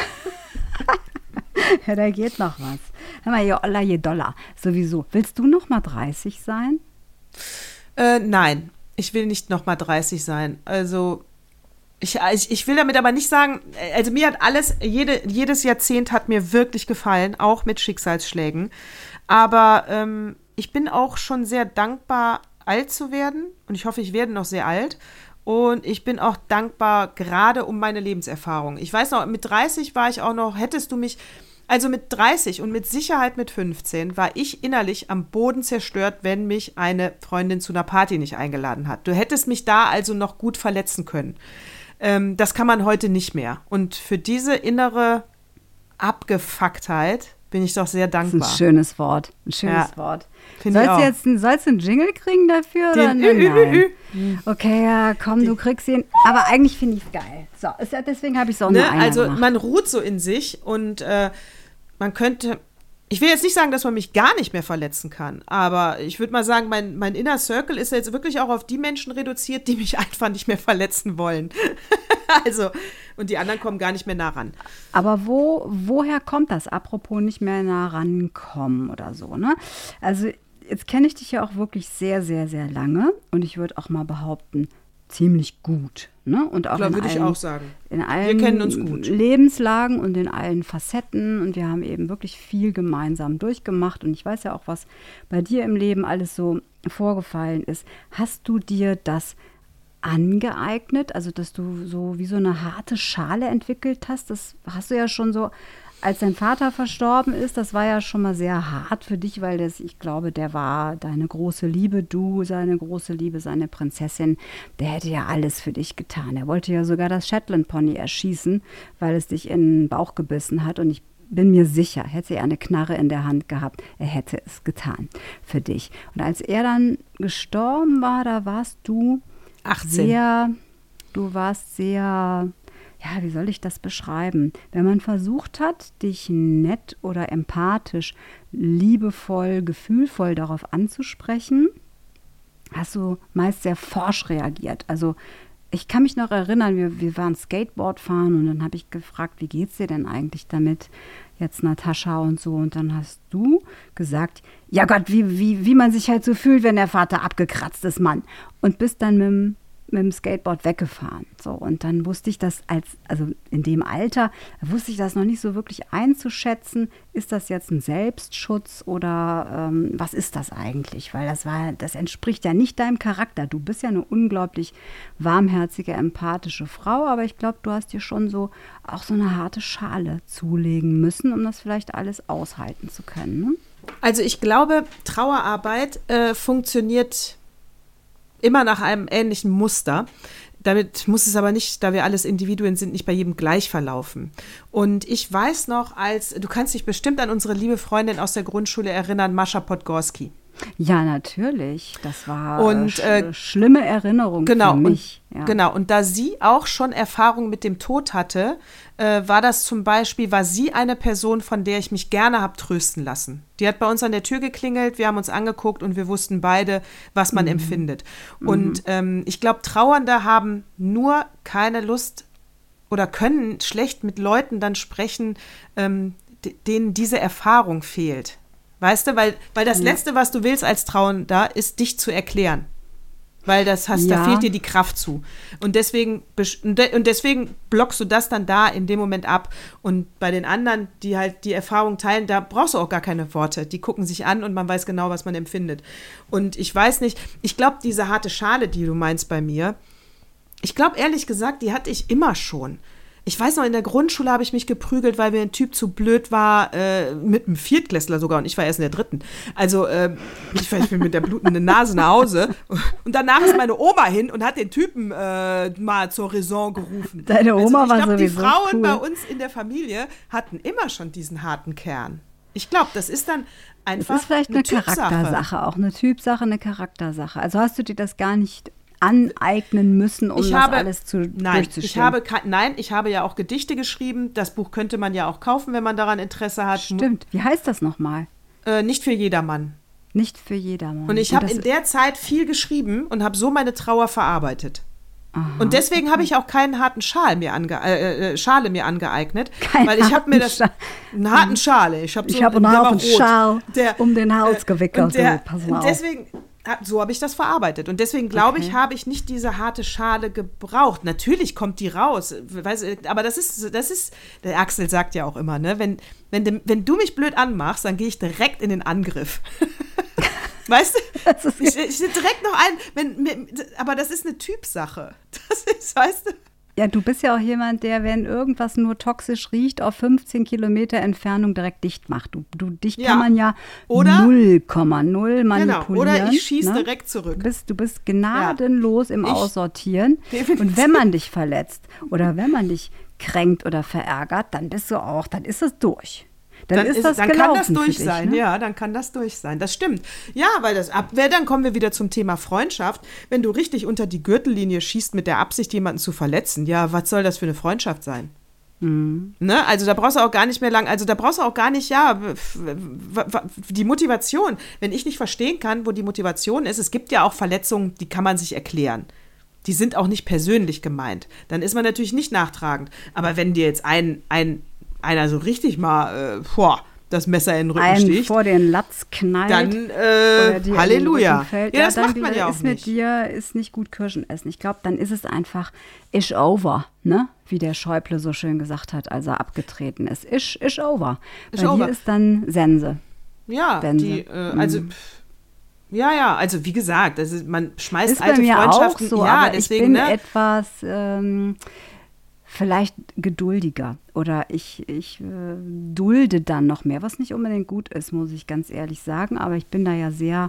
A: ja, da geht noch was. Hör mal, je Oller, je Dollar. Sowieso. Willst du noch mal dreißig sein?
B: Äh, nein, ich will nicht noch mal dreißig sein. Also ich, ich, ich will damit aber nicht sagen, also mir hat alles, jede, jedes Jahrzehnt hat mir wirklich gefallen, auch mit Schicksalsschlägen. Aber ähm, ich bin auch schon sehr dankbar, alt zu werden. Und ich hoffe, ich werde noch sehr alt. Und ich bin auch dankbar, gerade um meine Lebenserfahrung. Ich weiß noch, mit dreißig war ich auch noch, hättest du mich, also mit dreißig und mit Sicherheit mit fünfzehn, war ich innerlich am Boden zerstört, wenn mich eine Freundin zu einer Party nicht eingeladen hat. Du hättest mich da also noch gut verletzen können. Ähm, das kann man heute nicht mehr. Und für diese innere Abgefucktheit bin ich doch sehr
A: Das
B: dankbar.
A: ist ein schönes Wort. Ein schönes
B: Ja,
A: Wort.
B: finde ich
A: Sollst du
B: auch.
A: jetzt ein, sollst du einen Jingle kriegen dafür?
B: Den
A: oder
B: Ü, Ü,
A: nein?
B: Ü, Ü.
A: Okay, ja, komm, du kriegst ihn. Aber eigentlich finde ich es geil. So, ist ja, deswegen habe ich es auch nur
B: Ne?
A: einmal
B: Also
A: gemacht.
B: man ruht so in sich und äh, man könnte, ich will jetzt nicht sagen, dass man mich gar nicht mehr verletzen kann, aber ich würde mal sagen, mein, mein Inner Circle ist jetzt wirklich auch auf die Menschen reduziert, die mich einfach nicht mehr verletzen wollen. Also, und die anderen kommen gar nicht mehr nah ran.
A: Aber wo, woher kommt das? Apropos nicht mehr nah rankommen oder so, ne? Also jetzt kenne ich dich ja auch wirklich sehr, sehr, sehr lange und ich würde auch mal behaupten, ziemlich gut. Ne? Und auch
B: Klar,
A: in
B: würde ich
A: allen,
B: auch sagen.
A: in allen
B: kennen uns gut.
A: Lebenslagen und in allen Facetten und wir haben eben wirklich viel gemeinsam durchgemacht und ich weiß ja auch, was bei dir im Leben alles so vorgefallen ist. Hast du dir das angeeignet, also dass du so wie so eine harte Schale entwickelt hast? Das hast du ja schon so, als dein Vater verstorben ist, das war ja schon mal sehr hart für dich, weil das, ich glaube, der war deine große Liebe, du, seine große Liebe, seine Prinzessin, der hätte ja alles für dich getan. Er wollte ja sogar das Shetland Pony erschießen, weil es dich in den Bauch gebissen hat und ich bin mir sicher, hätte er eine Knarre in der Hand gehabt, er hätte es getan für dich. Und als er dann gestorben war, da warst du
B: achtzehn.
A: sehr, du warst sehr, ja, wie soll ich das beschreiben? Wenn man versucht hat, dich nett oder empathisch, liebevoll, gefühlvoll darauf anzusprechen, hast du meist sehr forsch reagiert. Also ich kann mich noch erinnern, wir, wir waren Skateboard fahren und dann habe ich gefragt, wie geht's dir denn eigentlich damit, jetzt Natascha und so. Und dann hast du gesagt, ja Gott, wie, wie, wie man sich halt so fühlt, wenn der Vater abgekratzt ist, Mann. Und bist dann mit dem mit dem Skateboard weggefahren. So, und dann wusste ich das als, also in dem Alter, wusste ich das noch nicht so wirklich einzuschätzen. Ist das jetzt ein Selbstschutz oder ähm, was ist das eigentlich? Weil das war, das entspricht ja nicht deinem Charakter. Du bist ja eine unglaublich warmherzige, empathische Frau, aber ich glaube, du hast dir schon so auch so eine harte Schale zulegen müssen, um das vielleicht alles aushalten zu können. Ne?
B: Also ich glaube, Trauerarbeit äh, funktioniert immer nach einem ähnlichen Muster. Damit muss es aber nicht, da wir alles Individuen sind, nicht bei jedem gleich verlaufen. Und ich weiß noch, als, du kannst dich bestimmt an unsere liebe Freundin aus der Grundschule erinnern, Mascha Podgorski.
A: Ja, natürlich. Das war
B: und,
A: sch
B: äh,
A: schlimme Erinnerung
B: genau,
A: für mich.
B: Und,
A: ja.
B: Genau, und da sie auch schon Erfahrung mit dem Tod hatte, äh, war das zum Beispiel, war sie eine Person, von der ich mich gerne habe trösten lassen. Die hat bei uns an der Tür geklingelt, wir haben uns angeguckt und wir wussten beide, was man mhm. empfindet. Und mhm. ähm, ich glaube, Trauernde haben nur keine Lust oder können schlecht mit Leuten dann sprechen, ähm, denen diese Erfahrung fehlt. Weißt du, weil, weil das ja. Letzte, was du willst als Trauernder, ist, dich zu erklären. Weil das hast, ja. da fehlt dir die Kraft zu. Und deswegen, und deswegen blockst du das dann da in dem Moment ab. Und bei den anderen, die halt die Erfahrung teilen, da brauchst du auch gar keine Worte. Die gucken sich an und man weiß genau, was man empfindet. Und ich weiß nicht, ich glaube, diese harte Schale, die du meinst bei mir, ich glaube, ehrlich gesagt, die hatte ich immer schon. Ich weiß noch, in der Grundschule habe ich mich geprügelt, weil mir ein Typ zu blöd war, äh, mit einem Viertklässler sogar, und ich war erst in der dritten. Also äh, ich, ich bin mit der blutenden Nase nach Hause und danach ist meine Oma hin und hat den Typen äh, mal zur Raison gerufen.
A: Deine Oma
B: also, ich
A: war
B: glaub,
A: sowieso
B: die Frauen
A: cool.
B: bei uns in der Familie hatten immer schon diesen harten Kern. Ich glaube, das ist dann einfach
A: Das ist vielleicht
B: eine,
A: eine Charaktersache, auch eine Typsache, eine Charaktersache. Also hast du dir das gar nicht aneignen müssen, um
B: ich
A: das
B: habe,
A: alles zu
B: nein,
A: durchzustehen?
B: Ich habe, nein, ich habe ja auch Gedichte geschrieben. Das Buch könnte man ja auch kaufen, wenn man daran Interesse hat.
A: Stimmt. Wie heißt das nochmal?
B: Äh, nicht für jedermann.
A: Nicht für jedermann.
B: Und ich habe in der Zeit viel geschrieben und habe so meine Trauer verarbeitet.
A: Aha,
B: und deswegen
A: okay.
B: habe ich auch keinen harten Schal mir ange äh, Schale mir angeeignet,
A: Kein
B: weil ich habe mir das
A: Schal.
B: einen harten Schale. Ich habe so,
A: ich habe einen harten Schal
B: der,
A: um den Hals gewickelt.
B: Der,
A: so, pass mal
B: und deswegen so habe ich das verarbeitet. Und deswegen glaube
A: okay.
B: ich, habe ich nicht diese harte Schale gebraucht. Natürlich kommt die raus. Weißt, aber das ist, das ist, der Axel sagt ja auch immer, ne, wenn, wenn, de, wenn du mich blöd anmachst, dann gehe ich direkt in den Angriff. Weißt du? Ich, ich direkt noch ein, wenn, aber das ist eine Typsache. Das ist, weißt du?
A: Ja, du bist ja auch jemand, der, wenn irgendwas nur toxisch riecht, auf fünfzehn Kilometer Entfernung direkt dicht macht. Du, du, dich
B: ja.
A: kann man ja
B: oder,
A: null Komma null manipulieren.
B: Genau. Oder ich schieße
A: ne?
B: direkt zurück.
A: Du bist, du bist gnadenlos ja. im
B: ich,
A: Aussortieren.
B: Definitiv.
A: Und wenn man dich verletzt oder wenn man dich kränkt oder verärgert, dann bist du auch, dann ist es durch. Dann, dann, ist das
B: dann kann das durch
A: dich,
B: sein,
A: ne?
B: ja, dann kann das durch sein. Das stimmt. Ja, weil das Abwehr, dann kommen wir wieder zum Thema Freundschaft. Wenn du richtig unter die Gürtellinie schießt mit der Absicht, jemanden zu verletzen, ja, was soll das für eine Freundschaft sein?
A: Mhm.
B: Ne? Also da brauchst du auch gar nicht mehr lang, also da brauchst du auch gar nicht, ja, die Motivation. Wenn ich nicht verstehen kann, wo die Motivation ist, es gibt ja auch Verletzungen, die kann man sich erklären. Die sind auch nicht persönlich gemeint. Dann ist man natürlich nicht nachtragend. Aber wenn dir jetzt ein, ein einer so richtig mal äh, boah, das Messer in den Rücken
A: einen
B: sticht,
A: vor den Latz knallt,
B: dann äh, Halleluja.
A: Ja,
B: ja, das
A: dann
B: macht man ja auch
A: ist
B: nicht.
A: Mit dir ist nicht gut Kirschen essen. Ich glaube, dann ist es einfach ish over, ne? Wie der Schäuble so schön gesagt hat, als er abgetreten ist. Ish, ish over.
B: Ish
A: Bei
B: over.
A: dir ist dann Sense.
B: Ja,
A: Sense.
B: die, äh, also
A: mhm.
B: ja, ja, also wie gesagt, also man schmeißt
A: ist
B: alte
A: bei mir
B: Freundschaften.
A: Auch so,
B: ja,
A: aber
B: deswegen,
A: ich bin
B: ne?
A: etwas ähm, vielleicht geduldiger oder ich, ich äh, dulde dann noch mehr, was nicht unbedingt gut ist, muss ich ganz ehrlich sagen, aber ich bin da ja sehr,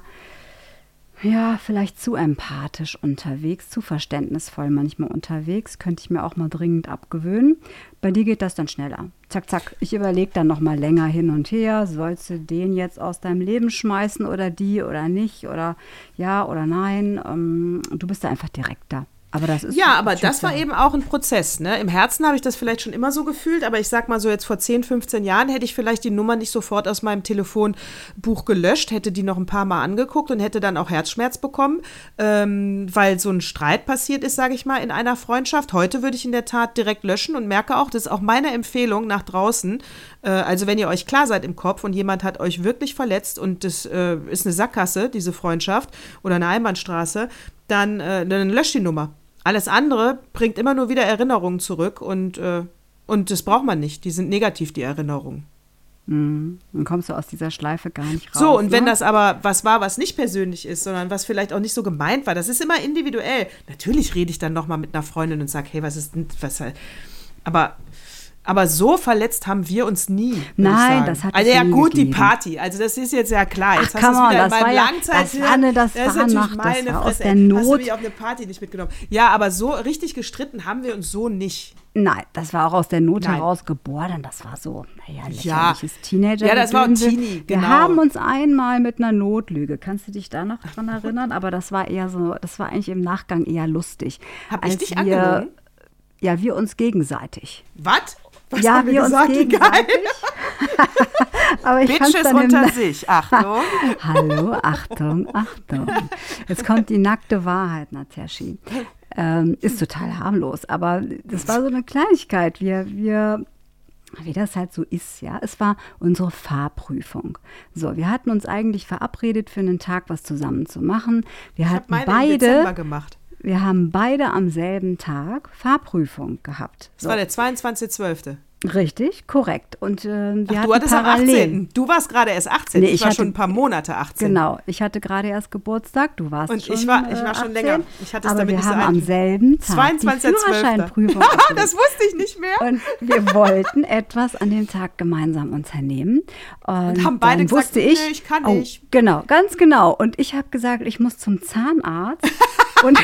A: ja, vielleicht zu empathisch unterwegs, zu verständnisvoll manchmal unterwegs, könnte ich mir auch mal dringend abgewöhnen. Bei dir geht das dann schneller. Zack, zack, ich überlege dann noch mal länger hin und her, sollst du den jetzt aus deinem Leben schmeißen oder die oder nicht oder ja oder nein, ähm, du bist da einfach direkter. Aber das ist
B: ja, aber das war eben auch ein Prozess. Ne? Im Herzen habe ich das vielleicht schon immer so gefühlt, aber ich sag mal so, jetzt vor zehn, fünfzehn Jahren hätte ich vielleicht die Nummer nicht sofort aus meinem Telefonbuch gelöscht, hätte die noch ein paar Mal angeguckt und hätte dann auch Herzschmerz bekommen, ähm, weil so ein Streit passiert ist, sage ich mal, in einer Freundschaft. Heute würde ich in der Tat direkt löschen und merke auch, das ist auch meine Empfehlung nach draußen. Äh, also wenn ihr euch klar seid im Kopf und jemand hat euch wirklich verletzt und das äh, ist eine Sackgasse, diese Freundschaft, oder eine Einbahnstraße, dann, äh, dann löscht die Nummer. Alles andere bringt immer nur wieder Erinnerungen zurück und, äh, und das braucht man nicht. Die sind negativ, die Erinnerungen.
A: Mhm. Dann kommst du aus dieser Schleife gar nicht raus.
B: So, und wenn
A: ne?
B: das aber was war, was nicht persönlich ist, sondern was vielleicht auch nicht so gemeint war, das ist immer individuell. Natürlich rede ich dann nochmal mit einer Freundin und sage, hey, was ist denn, was, aber Aber so verletzt haben wir uns nie.
A: Nein, das hat es
B: Also ja
A: nie
B: gut,
A: gegeben.
B: Die Party. Also das ist jetzt ja klar. Jetzt
A: Ach,
B: hast du
A: come
B: es wieder
A: on,
B: in
A: das
B: meinem
A: war ja-
B: Langzeit.
A: das war eine- das
B: das ist
A: war
B: natürlich
A: nach- das
B: meine
A: war aus
B: Fresse.
A: der
B: Hast du
A: Not.
B: mich auf eine Party nicht mitgenommen? Ja, aber so richtig gestritten haben wir uns so nicht.
A: Nein, das war auch aus der Not
B: Nein.
A: heraus geboren. Das war so, naja,
B: Ja.
A: lächerliches Teenager.
B: Ja, das war ein Teenie,
A: Wir
B: genau.
A: haben uns einmal mit einer Notlüge, kannst du dich da noch dran erinnern? Aber das war eher so, das war eigentlich im Nachgang eher lustig.
B: Hab ich
A: Als
B: dich
A: wir,
B: angelogen?
A: Ja, wir uns gegenseitig.
B: Was? Was
A: ja,
B: haben wir
A: wir
B: gesagt?
A: uns
B: Wie geil.
A: gegenseitig. Aber ich fand's
B: Bitches
A: dann im
B: unter
A: Na-
B: sich. Achtung.
A: Hallo, Achtung, Achtung. Jetzt kommt die nackte Wahrheit, Nataschi. Ähm, ist total harmlos, aber das war so eine Kleinigkeit. Wir, wir, wie das halt so ist, ja. Es war unsere Fahrprüfung. So, wir hatten uns eigentlich verabredet, für einen Tag was zusammen zu machen. Wir
B: Ich habe
A: hatten
B: meine im Dezember
A: beide,
B: gemacht.
A: wir haben beide am selben Tag Fahrprüfung gehabt.
B: Das war der zweiundzwanzigster zwölfte
A: Richtig, korrekt. Und äh, wir
B: Ach,
A: hatten
B: du hattest am
A: parallel.
B: achtzehnten Du warst gerade erst achtzehn.
A: Nee,
B: ich,
A: ich
B: war
A: hatte-
B: schon ein paar Monate achtzehn.
A: Genau, ich hatte gerade erst Geburtstag, du warst
B: Und
A: schon
B: ich war- ich
A: äh,
B: war schon
A: achtzehn,
B: länger. Ich hatte es
A: aber
B: damit
A: wir
B: nicht so
A: haben am
B: eilig.
A: selben Tag
B: zweiundzwanzigster
A: die
B: zwölfter
A: Führerscheinprüfung
B: Das
A: abgelegt.
B: wusste ich nicht mehr.
A: Und wir wollten etwas an dem Tag gemeinsam unternehmen. Und,
B: haben beide
A: dann
B: gesagt,
A: wusste ich,
B: nee, ich kann
A: oh,
B: nicht.
A: Genau, ganz genau. Und ich habe gesagt, ich muss zum Zahnarzt. Und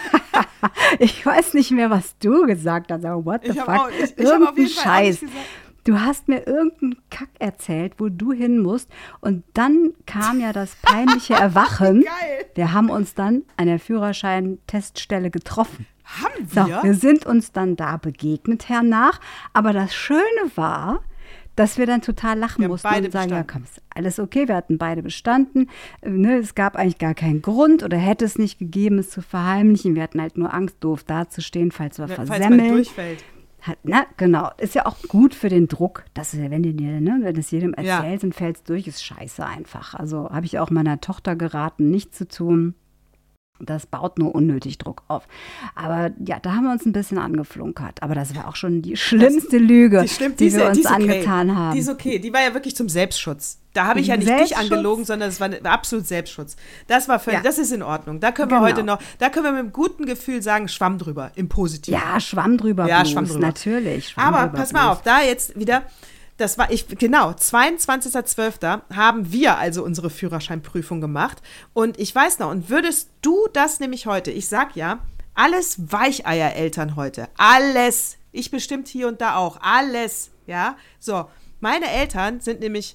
A: ich weiß nicht mehr, was du gesagt hast. Aber what the
B: Ich hab
A: fuck?
B: auch- ich- ich hab auf
A: Irgendein
B: jeden Fall auch nicht
A: Scheiß.
B: gesagt.
A: Du hast mir irgendeinen Kack erzählt, wo du hin musst. Und dann kam ja das peinliche Erwachen.
B: Geil.
A: Wir haben uns dann an der Führerschein-Teststelle getroffen.
B: Haben
A: So,
B: wir?
A: wir sind uns dann da begegnet hernach. Aber das Schöne war, dass wir dann total lachen
B: Wir haben
A: mussten
B: beide
A: und sagen, ja
B: bestanden.
A: komm, ist alles okay, wir hatten beide bestanden. Äh, Ne, es gab eigentlich gar keinen Grund oder hätte es nicht gegeben, es zu verheimlichen. Wir hatten halt nur Angst, doof dazustehen, falls wir
B: Falls man
A: versemmeln.
B: durchfällt.
A: Hat, na, genau. Ist ja auch gut für den Druck. Das ist ja, wenn du dir, ne, wenn du es jedem
B: Ja.
A: erzählst und fällst durch, ist scheiße einfach. Also habe ich auch meiner Tochter geraten, nicht zu tun. Das baut nur unnötig Druck auf. Aber ja, da haben wir uns ein bisschen angeflunkert. Aber das war auch schon die schlimmste Lüge,
B: Die, stimmt,
A: die
B: diese,
A: wir uns
B: die ist okay.
A: angetan haben.
B: Die ist okay. Die war ja wirklich zum Selbstschutz. Da habe ich ja nicht dich
A: Selbstschutz?
B: angelogen, sondern es war ne- absolut Selbstschutz. Das war völlig,
A: Ja.
B: das ist in Ordnung. Da können wir
A: Genau.
B: heute noch, da können wir mit einem guten Gefühl sagen, Schwamm drüber, im Positiven.
A: Ja, Schwamm drüber
B: Ja,
A: bloß,
B: Schwamm drüber.
A: natürlich. Schwamm
B: Aber
A: drüber
B: pass mal
A: bloß.
B: auf, da jetzt wieder, das war ich, genau, zweiundzwanzigster zwölfter haben wir also unsere Führerscheinprüfung gemacht. Und ich weiß noch, und würdest du das nämlich heute, ich sag ja, alles Weicheier-Eltern heute, alles, ich bestimmt hier und da auch, alles, ja, so, meine Eltern sind nämlich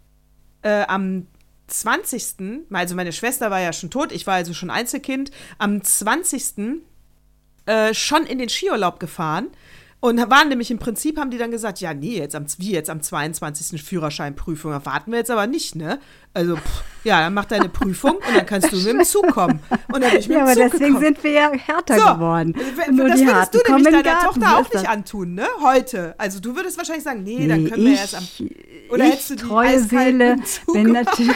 B: äh, am zwanzigsten, also meine Schwester war ja schon tot, ich war also schon Einzelkind, am zwanzigsten Äh, schon in den Skiurlaub gefahren und waren nämlich im Prinzip, haben die dann gesagt, ja nee, jetzt am, wie jetzt am zweiundzwanzigsten Führerscheinprüfung, erwarten wir jetzt aber nicht, ne? Also, pff, ja, dann mach deine Prüfung und dann kannst du mit dem Zug kommen. Und dann bin ich mit
A: Ja,
B: dem
A: aber
B: Zug
A: deswegen
B: gekommen.
A: sind wir ja härter
B: So,
A: geworden.
B: w-
A: Nur
B: das
A: die
B: würdest
A: Harten
B: du
A: kommen
B: nämlich
A: in den
B: deiner
A: Garten,
B: Tochter
A: so
B: auch
A: ist
B: nicht
A: das.
B: antun, ne? Heute. Also du würdest wahrscheinlich sagen, nee, dann
A: Nee,
B: können wir
A: ich,
B: erst am... Oder
A: ich,
B: hättest du die
A: treue
B: eiskalt
A: Seele,
B: mit dem Zug
A: bin
B: gemacht?
A: natürlich,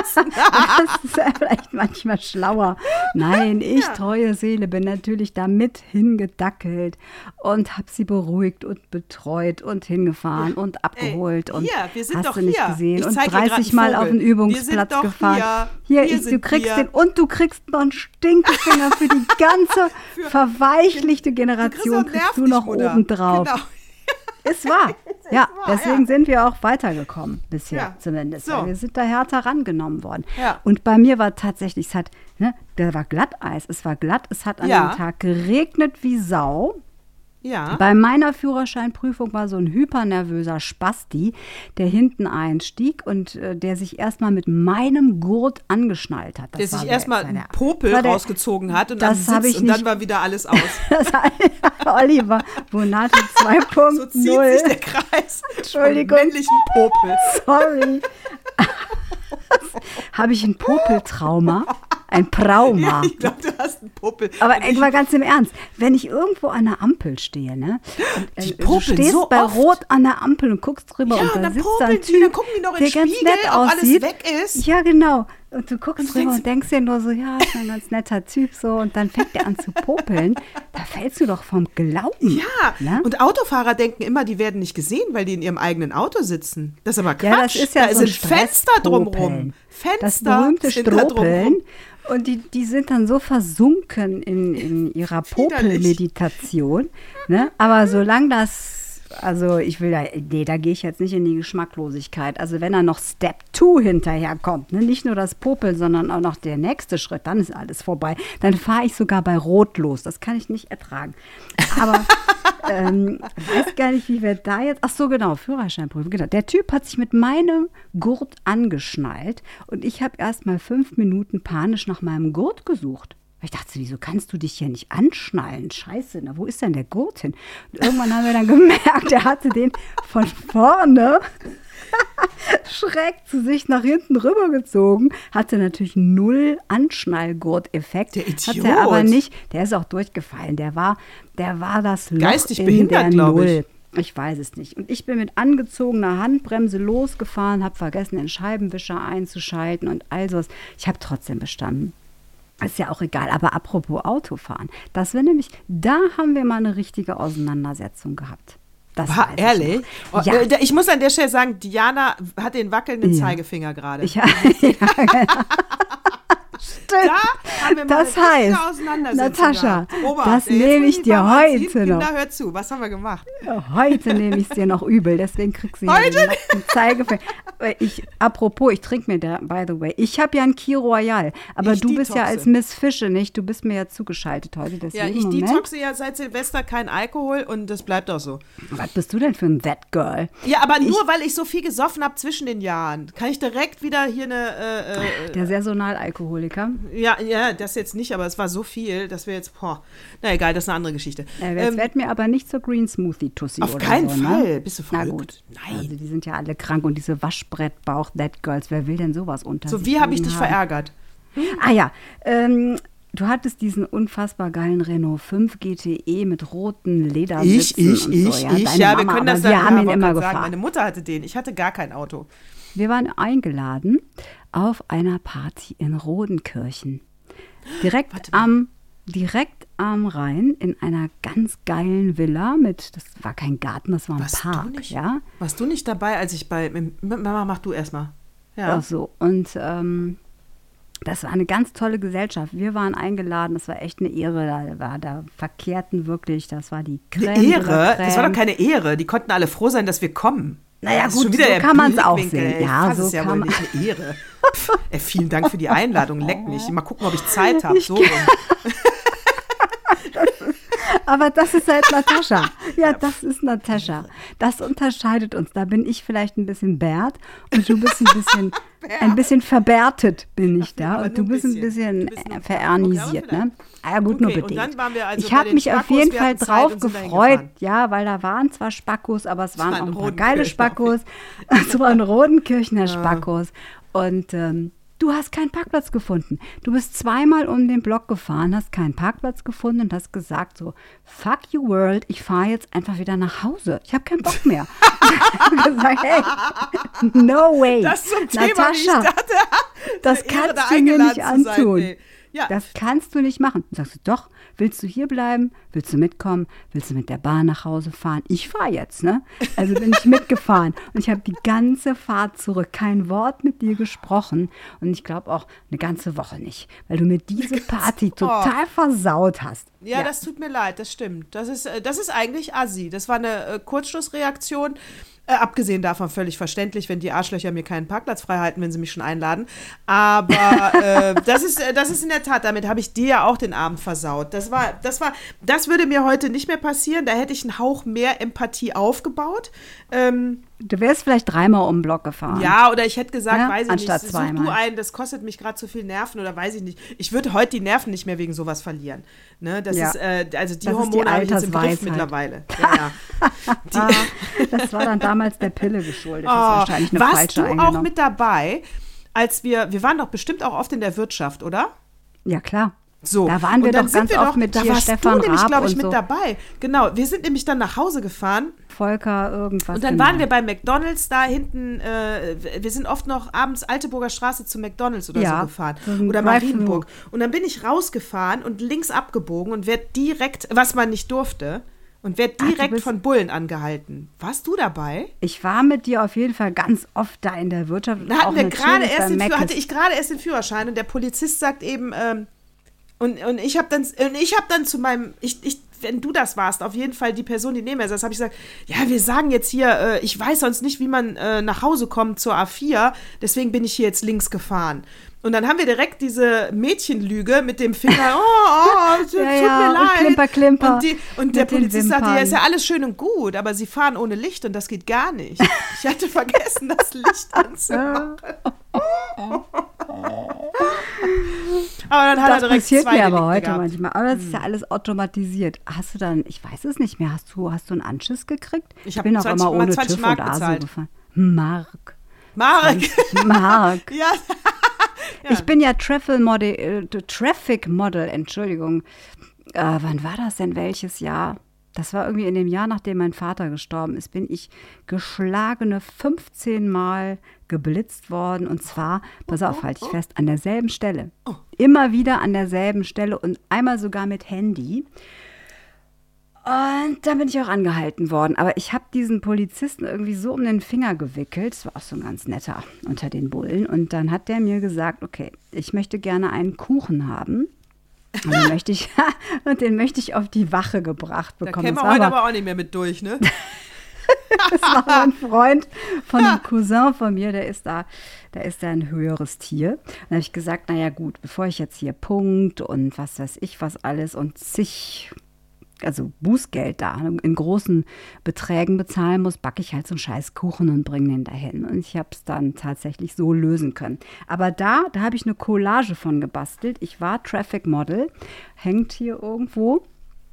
A: das ist ja vielleicht manchmal schlauer. Nein, ich,
B: Ja.
A: treue Seele, bin natürlich da mit hingedackelt und habe sie beruhigt und betreut und hingefahren und abgeholt.
B: Ey,
A: und
B: hier, wir sind
A: hast
B: doch
A: du nicht
B: hier.
A: gesehen
B: Ich
A: und
B: zeig dir grad
A: dreißig
B: einen
A: Mal
B: Vogel.
A: auf den
B: Wir
A: Übungsplatz
B: sind doch
A: gefahren.
B: hier.
A: Hier,
B: Wir
A: ich, du
B: sind
A: kriegst
B: hier.
A: den und du kriegst noch einen Stinkefinger für die ganze verweichlichte Generation,
B: Nerv
A: kriegst du
B: dich,
A: noch
B: Mutter.
A: oben drauf.
B: Genau.
A: Ist wahr. Ja,
B: wahr,
A: deswegen
B: ja.
A: sind wir auch weitergekommen bisher
B: Ja,
A: zumindest.
B: so.
A: Weil wir sind da härter rangenommen worden.
B: Ja.
A: Und bei mir war tatsächlich, es hat, ne, da war Glatteis, es war glatt, es hat an
B: Ja.
A: dem Tag geregnet wie Sau.
B: Ja.
A: Bei meiner Führerscheinprüfung war so ein hypernervöser Spasti, der hinten einstieg und äh, der sich erstmal mit meinem Gurt angeschnallt hat. Das
B: Der
A: war
B: sich
A: der-
B: erstmal
A: das war
B: einen
A: der-
B: Popel
A: war der-
B: rausgezogen hat und
A: das
B: am
A: hab
B: Sitz
A: ich
B: und dann
A: nicht-
B: war wieder alles aus.
A: Das war Oliver Bonato zwei Punkt null.
B: So zieht sich der Kreis
A: Entschuldigung.
B: vom männlichen Popel.
A: Sorry. Habe ich ein Popeltrauma? Ein Trauma.
B: Ja, ich glaube, du hast einen Popel.
A: Aber
B: Und
A: ey, mal ganz im Ernst, wenn ich irgendwo an der Ampel stehe, ne? Und, äh,
B: Die
A: du
B: popeln
A: stehst
B: so
A: bei
B: oft.
A: Rot an der Ampel und guckst drüber
B: Ja,
A: und da
B: dann
A: sitzt da ein
B: popeln die,
A: Typ,
B: dann gucken die noch in
A: der
B: den
A: ganz
B: Spiegel,
A: nett
B: ob alles
A: aussieht.
B: weg ist.
A: Ja, genau. Und du guckst
B: Und du
A: drüber
B: denkst-
A: und denkst dir nur so, ja, ist ein ganz netter Typ so. Und dann fängt er an zu popeln. Da fällst du doch vom Glauben.
B: Ja,
A: Ne?
B: und Autofahrer denken immer, die werden nicht gesehen, weil die in ihrem eigenen Auto sitzen. Das ist aber Quatsch.
A: Ja, das ist ja
B: da
A: so ein
B: sind Fenster drumrum.
A: Stresspopeln.
B: Fenster
A: Das berühmte
B: sind da drumrum.
A: Stropeln. Und die, die sind dann so versunken in, in ihrer
B: Widerlich.
A: Popelmeditation. Ne? Aber solange das Also ich will da, nee, da gehe ich jetzt nicht in die Geschmacklosigkeit. Also wenn da noch Step zwei hinterherkommt, ne? Nicht nur das Popeln, sondern auch noch der nächste Schritt, dann ist alles vorbei. Dann fahre ich sogar bei Rot los. Das kann ich nicht ertragen. Aber ähm, weiß gar nicht, wie wir da jetzt, ach so genau, Führerscheinprüfung. Genau. Der Typ hat sich mit meinem Gurt angeschnallt und ich habe erst mal fünf Minuten panisch nach meinem Gurt gesucht. Ich dachte, wieso kannst du dich hier nicht anschnallen? Scheiße, na, wo ist denn der Gurt hin? Und irgendwann haben wir dann gemerkt, er hatte den von vorne schräg zu sich nach hinten rübergezogen. Hatte natürlich null Anschnallgurt-Effekt.
B: Der Idiot.
A: Hat er aber nicht. Der ist auch durchgefallen. Der war, der war das Loch
B: geistig
A: in
B: behindert,
A: der
B: glaube ich.
A: Null. Ich weiß es nicht. Und ich bin mit angezogener Handbremse losgefahren, habe vergessen, den Scheibenwischer einzuschalten und all sowas. Ich habe trotzdem bestanden. Ist ja auch egal, aber apropos Autofahren, das wir nämlich, da haben wir mal eine richtige Auseinandersetzung gehabt. Das
B: War
A: weiß ich
B: ehrlich?
A: noch.
B: Oh,
A: Ja.
B: äh, Ich muss an der Stelle sagen, Diana hat den wackelnden
A: Ja.
B: Zeigefinger gerade.
A: Ich, ja, genau. Stimmt.
B: Da haben wir mal
A: Das
B: eine
A: heißt,
B: richtige Auseinandersetzung
A: Natascha,
B: gehabt. Obacht,
A: das
B: ey, jetzt
A: nehme
B: muss
A: ich
B: die
A: dir
B: Mama
A: heute
B: ziehen.
A: noch.
B: Kinder, hört zu, was haben wir gemacht?
A: Heute nehme ich es dir noch übel, deswegen kriegst du hier
B: Heute
A: den nackten Zeigefinger. Weil Ich, apropos, ich trinke mir da, by the way, ich habe ja einen Key Royal, aber
B: Ich
A: du bist ja
B: detoxe.
A: als Miss Fische nicht, du bist mir ja zugeschaltet heute,
B: Ja,
A: deswegen,
B: ich
A: Moment.
B: detoxe ja seit Silvester kein Alkohol und das bleibt auch so.
A: Was bist du denn für ein That Girl?
B: Ja, aber nur, weil ich so viel gesoffen habe zwischen den Jahren, kann ich direkt wieder hier eine, äh, äh,
A: Der Saisonal-Alkoholiker.
B: ja, ja, das jetzt nicht, aber es war so viel, dass wir jetzt, boah, na egal, das ist eine andere Geschichte.
A: Äh, jetzt
B: Ähm,
A: werd mir aber nicht zur Green Smoothie Tussi
B: auf
A: oder
B: keinen
A: so,
B: Fall.
A: Ne?
B: Bist du
A: Na
B: verrückt?
A: gut.
B: Nein.
A: Also die sind ja alle krank und diese Waschbrettbauch That Girls, wer will denn sowas unter
B: So,
A: sich
B: wie habe ich
A: liegen
B: dich
A: haben?
B: verärgert?
A: Ah ja, ähm, du hattest diesen unfassbar geilen Renault fünf G T E mit roten Ledersitzen
B: Ich, ich,
A: und
B: ich,
A: so.
B: ich.
A: Deine
B: Ja, wir
A: Mama,
B: können das
A: aber
B: dann,
A: wir haben
B: ja,
A: ihn
B: wollte
A: immer
B: gerade sagen,
A: gefahren.
B: meine Mutter hatte den. Ich hatte gar kein Auto.
A: Wir waren eingeladen auf einer Party in Rodenkirchen. Direkt
B: Warte mal.
A: am, direkt am Rhein in einer ganz geilen Villa mit, das war kein Garten, das war ein
B: Warst du
A: Park,
B: nicht?
A: ja.
B: Warst du nicht dabei, als ich bei, Mama, mach du erstmal. Ja.
A: Ach so, und ähm, das war eine ganz tolle Gesellschaft. Wir waren eingeladen, das war echt eine Ehre. Da, war, da verkehrten wirklich, das war die Crème
B: Eine
A: de la
B: Ehre? Das war
A: Crème.
B: doch keine Ehre. Die konnten alle froh sein, dass wir kommen.
A: Naja,
B: Das ist
A: gut,
B: schon wieder
A: so
B: der
A: kann man's auch
B: Blickwinkel,
A: sehen.
B: ey.
A: Ja,
B: Das
A: so
B: ist ja
A: kann
B: wohl
A: man-
B: nicht eine Ehre. Pff, ey, vielen Dank für die Einladung. Leck mich. Mal gucken, ob ich Zeit habe. So rum.
A: Aber das ist halt Natascha. Ja, das ist Natascha. Das unterscheidet uns. Da bin ich vielleicht ein bisschen Bert und du bist ein bisschen, ein bisschen verbärtet bin ich da.
B: Aber
A: Und du
B: nur ein
A: bist ein
B: bisschen.
A: bisschen
B: Du bist nur-
A: äh, verernisiert,
B: okay, aber
A: ne? Ah, ja, gut, nur
B: Okay, und
A: bedingt.
B: dann waren wir also
A: ich
B: bei
A: habe
B: den
A: mich auf
B: Spackos,
A: jeden
B: wir
A: Fall
B: hatten Zeit
A: drauf
B: und sind dahin
A: gefreut.
B: gefahren.
A: Ja, weil da waren zwar Spackos, aber es waren
B: waren
A: auch ein paar
B: Rodenkirchen,
A: geile Spackos. Es waren Rodenkirchener Spackos. Und ähm, du hast keinen Parkplatz gefunden. Du bist zweimal um den Block gefahren, hast keinen Parkplatz gefunden und hast gesagt so, fuck you world, ich fahre jetzt einfach wieder nach Hause. Ich habe keinen Bock mehr. Ich hab gesagt, hey, no way.
B: Das zum Thema, wie ich
A: Natascha,
B: dachte.
A: das
B: eine Ehre,
A: kannst
B: da
A: du mir
B: eingeladen
A: nicht
B: zu sein,
A: antun.
B: ey. Ja.
A: Das kannst du nicht machen. Dann sagst du, doch, willst du hier bleiben? Willst du mitkommen? Willst du mit der Bahn nach Hause fahren? Ich fahre jetzt, ne? Also bin ich mitgefahren. Und ich habe die ganze Fahrt zurück kein Wort mit dir gesprochen. Und ich glaube auch eine ganze Woche nicht, weil du mir diese Party total versaut hast.
B: Ja, das tut mir leid, das stimmt. Das ist, äh, das ist eigentlich assi. Das war eine äh, Kurzschlussreaktion. Äh, abgesehen davon völlig verständlich, wenn die Arschlöcher mir keinen Parkplatz frei halten, wenn sie mich schon einladen. Aber äh, das, ist, äh, das ist in der Tat, damit habe ich dir ja auch den Abend versaut. Das war, das war, das würde mir heute nicht mehr passieren. Da hätte ich einen Hauch mehr Empathie aufgebaut. Ähm,
A: Du wärst vielleicht dreimal um den Block gefahren.
B: Ja, oder ich hätte gesagt,
A: Ja,
B: weiß ich
A: anstatt
B: nicht, such
A: zweimal.
B: du einen, das kostet mich gerade zu viel Nerven oder weiß ich nicht. Ich würde heute die Nerven nicht mehr wegen sowas verlieren. Ne, das
A: Ja.
B: ist, äh, also die
A: Das ist die
B: Hormone habe ich jetzt im Griff
A: Altersweisheit.
B: mittlerweile. Ja, ja.
A: Ah, das war dann damals der Pille geschuldet. Das ist
B: Oh,
A: wahrscheinlich eine
B: warst
A: falsche
B: du auch
A: eingenommen.
B: mit dabei, als wir, wir waren doch bestimmt auch oft in der Wirtschaft, oder?
A: Ja, klar.
B: So.
A: Da waren wir
B: und dann
A: doch
B: sind
A: ganz
B: wir
A: oft
B: doch,
A: mit
B: da
A: dir,
B: warst
A: Stefan
B: du nämlich,
A: Raab
B: glaube ich,
A: und
B: mit
A: so.
B: dabei. Genau, wir sind nämlich dann nach Hause gefahren.
A: Volker, irgendwas.
B: Und dann
A: genau.
B: waren wir bei McDonalds da hinten, äh, wir sind oft noch abends Alteburger Straße zu McDonalds oder
A: Ja,
B: so gefahren.
A: so ein
B: Oder
A: Drive-Thru.
B: Marienburg. Und dann bin ich rausgefahren und links abgebogen und werd direkt, was man nicht durfte, und werd
A: Ach, du
B: direkt
A: bist-
B: von Bullen angehalten. Warst du dabei?
A: Ich war mit dir auf jeden Fall ganz oft da in der Wirtschaft.
B: Da hatten
A: auch
B: wir
A: natürlich
B: gerade
A: bei
B: erst den, Führ-
A: Mc's.
B: hatte ich gerade erst den Führerschein und der Polizist sagt eben, ähm, und, und ich habe dann, und ich habe dann zu meinem, ich, ich wenn du das warst, auf jeden Fall die Person, die neben mir saß, habe ich gesagt, ja, wir sagen jetzt hier, äh, ich weiß sonst nicht, wie man äh, nach Hause kommt zur A vier, deswegen bin ich hier jetzt links gefahren. Und dann haben wir direkt diese Mädchenlüge mit dem Finger, oh, oh tut,
A: ja,
B: tut
A: ja,
B: mir leid.
A: Und klimper, klimper.
B: Und, die, und der Polizist sagte, ja, ist ja alles schön und gut, aber sie fahren ohne Licht und das geht gar nicht. Ich hatte vergessen, das Licht anzumachen. Aber dann hat
A: das
B: er direkt
A: passiert
B: zwei
A: mir aber
B: Delikte
A: heute
B: gehabt.
A: manchmal. Aber das ist ja alles automatisiert. Hast du dann, ich weiß es nicht mehr, hast du, hast du einen Anschiss gekriegt?
B: Ich hab
A: bin auch
B: zwanzig
A: immer ohne
B: zwanzig
A: TÜV
B: Mark
A: und A S O
B: bezahlt.
A: gefahren. Mark.
B: Mark.
A: Mark.
B: Ja. Ja.
A: Ich bin ja Traffic Model, äh, Traffic Model, Entschuldigung. Äh, wann war das denn? Welches Jahr? Das war irgendwie in dem Jahr, nachdem mein Vater gestorben ist, bin ich geschlagene fünfzehn Mal geblitzt worden. Und zwar, pass auf, halte ich fest, an derselben Stelle. Immer wieder an derselben Stelle und einmal sogar mit Handy. Und dann bin ich auch angehalten worden. Aber ich habe diesen Polizisten irgendwie so um den Finger gewickelt. Das war auch so ein ganz netter unter den Bullen. Und dann hat der mir gesagt, okay, ich möchte gerne einen Kuchen haben. Und den möchte ich, und den möchte ich auf die Wache gebracht bekommen.
B: Da kämen wir heute aber auch nicht mehr mit durch, ne?
A: Das war ein Freund von einem Cousin von mir, der ist da, der ist da ein höheres Tier. Und da habe ich gesagt, naja gut, bevor ich jetzt hier Punkt und was weiß ich was alles und zig, also Bußgeld da in großen Beträgen bezahlen muss, backe ich halt so einen scheiß Kuchen und bringe den dahin. Und ich habe es dann tatsächlich so lösen können. Aber da, da habe ich eine Collage von gebastelt. Ich war Traffic Model, hängt hier irgendwo.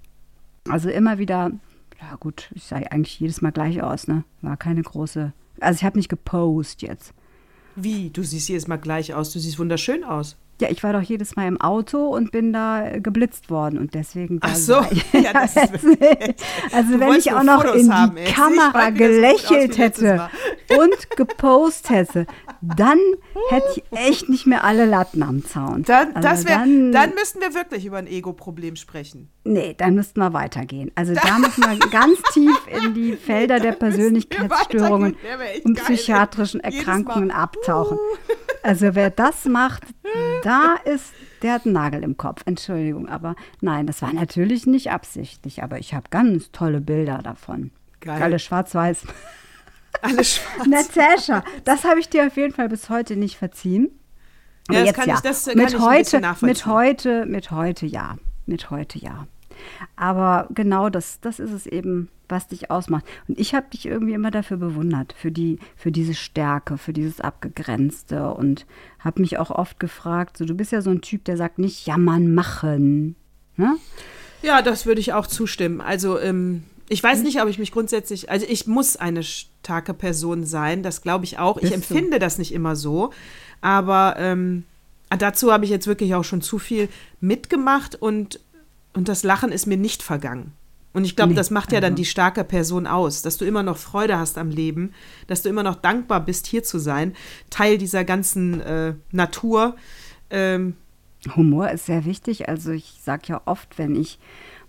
A: Also immer wieder, ja gut, ich sah eigentlich jedes Mal gleich aus, ne? War keine große, also ich habe nicht gepostet jetzt.
B: Wie? Du siehst jedes Mal gleich aus. Du siehst wunderschön aus.
A: Ja, ich war doch jedes Mal im Auto und bin da geblitzt worden und deswegen.
B: Ach so, ja, das ist wirklich,
A: also
B: du
A: wenn ich auch noch
B: Fotos
A: in die
B: haben, ey.
A: Kamera
B: Ich wieder
A: gelächelt
B: so
A: hätte und gepostet hätte, dann hätte ich echt nicht mehr alle Latten am Zaun.
B: Dann,
A: also
B: das wär,
A: dann,
B: dann müssten wir wirklich über ein Ego-Problem sprechen.
A: Nee, dann müssten wir weitergehen. Also da müssen wir ganz tief in die Felder der
B: Dann müssen wir
A: Persönlichkeitsstörungen
B: weitergehen. Der wär echt
A: und
B: geil,
A: psychiatrischen
B: ey. Jedes
A: Erkrankungen
B: Mal.
A: abtauchen. Also wer das macht, da ist, der hat einen Nagel im Kopf. Entschuldigung, aber nein, das war natürlich nicht absichtlich. Aber ich habe ganz tolle Bilder davon.
B: Geil.
A: Alle schwarz-weiß.
B: Alles schwarz.
A: Natascha, das habe ich dir auf jeden Fall bis heute nicht verziehen.
B: Ja, das
A: jetzt
B: kann
A: ja.
B: ich- das kann
A: mit
B: ich ein
A: heute,
B: bisschen nachvollziehen.
A: mit heute, mit heute ja, mit heute ja. Aber genau das, das ist es eben, was dich ausmacht. Und ich habe dich irgendwie immer dafür bewundert, für die, für diese Stärke, für dieses Abgegrenzte und habe mich auch oft gefragt, so, du bist ja so ein Typ, der sagt nicht jammern, machen. Ne?
B: Ja, das würde ich auch zustimmen. Also ähm, ich weiß nicht, ob ich mich grundsätzlich, also ich muss eine starke Person sein, das glaube ich auch. Ich
A: Bist du.
B: empfinde das nicht immer so, aber ähm, dazu habe ich jetzt wirklich auch schon zu viel mitgemacht und, und das Lachen ist mir nicht vergangen. Und ich glaube,
A: Nee,
B: das macht ja dann
A: also-
B: die starke Person aus, dass du immer noch Freude hast am Leben, dass du immer noch dankbar bist, hier zu sein, Teil dieser ganzen äh, Natur. Ähm,
A: Humor ist sehr wichtig. Also ich sage ja oft, wenn ich